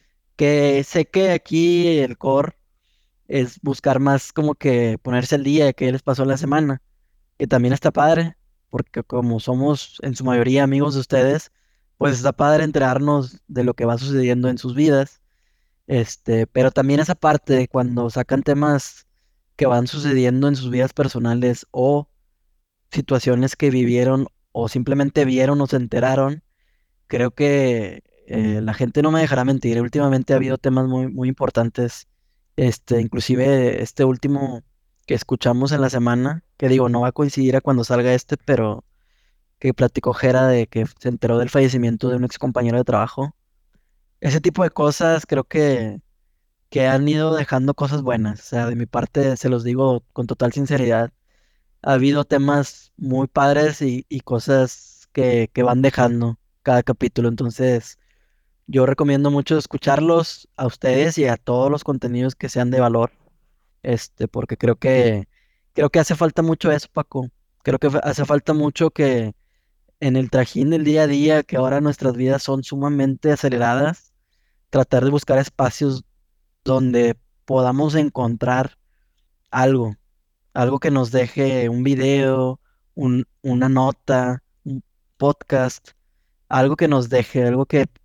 [SPEAKER 1] Que sé que aquí el core es buscar más como que ponerse al día de qué les pasó en la semana, que también está padre, porque como somos en su mayoría amigos de ustedes, pues está padre enterarnos de lo que va sucediendo en sus vidas, este, pero también esa parte de cuando sacan temas que van sucediendo en sus vidas personales o situaciones que vivieron o simplemente vieron o se enteraron. Creo que eh, la gente no me dejará mentir. Últimamente ha habido temas muy, muy importantes. Este, inclusive este último que escuchamos en la semana, que digo, no va a coincidir a cuando salga este, pero que platicó Jera de que se enteró del fallecimiento de un ex compañero de trabajo. Ese tipo de cosas creo que, que han ido dejando cosas buenas. O sea, de mi parte se los digo con total sinceridad. Ha habido temas muy padres y, y cosas que, que van dejando cada capítulo. Entonces, yo recomiendo mucho escucharlos a ustedes y a todos los contenidos que sean de valor, este, porque creo que creo que hace falta mucho eso, Paco. Creo que fa- hace falta mucho que en el trajín del día a día, que ahora nuestras vidas son sumamente aceleradas, tratar de buscar espacios donde podamos encontrar algo, algo que nos deje un video, un, una nota, un podcast, algo que nos deje, algo que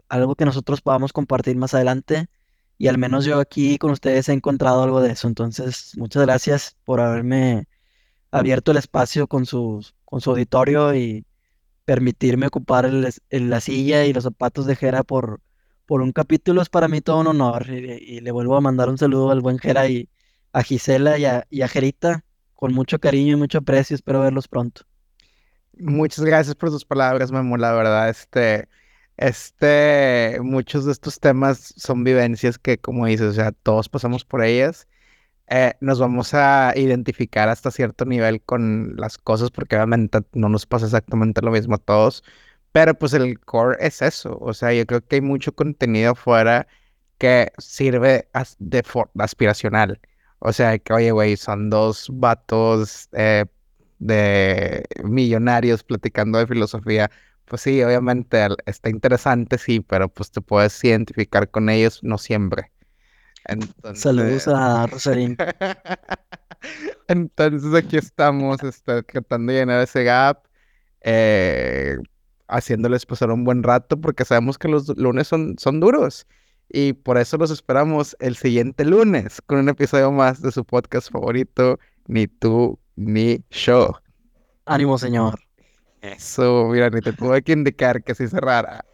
[SPEAKER 1] algo que nosotros podamos compartir más adelante. Y al menos yo aquí con ustedes he encontrado algo de eso. Entonces, muchas gracias por haberme abierto el espacio con su, con su auditorio y permitirme ocupar el es- el- la silla y los zapatos de Jera por, por un capítulo. Es para mí todo un honor. Y, y le vuelvo a mandar un saludo al buen Jera y a Gisela y a, y a Jerita con mucho cariño y mucho aprecio. Espero verlos pronto.
[SPEAKER 2] Muchas gracias por tus palabras, Memo. La verdad, este, este, muchos de estos temas son vivencias que, como dices, o sea, todos pasamos por ellas. Eh, nos vamos a identificar hasta cierto nivel con las cosas, porque obviamente no nos pasa exactamente lo mismo a todos. Pero pues el core es eso. O sea, yo creo que hay mucho contenido afuera que sirve as- de for- aspiracional. O sea, que oye, güey, son dos vatos eh, de millonarios platicando de filosofía. Pues sí, obviamente al- está interesante, sí, pero pues te puedes identificar con ellos, no siempre.
[SPEAKER 1] Saludos
[SPEAKER 2] Entonces,
[SPEAKER 1] a Rosarín.
[SPEAKER 2] entonces aquí estamos, este, tratando de llenar ese gap, eh, haciéndoles pasar un buen rato, porque sabemos que los lunes son, son duros. Y por eso los esperamos el siguiente lunes con un episodio más de su podcast favorito, Ni tú ni yo.
[SPEAKER 1] Ánimo, señor.
[SPEAKER 2] Eso, mira, ni te tuve que indicar que se cerrara.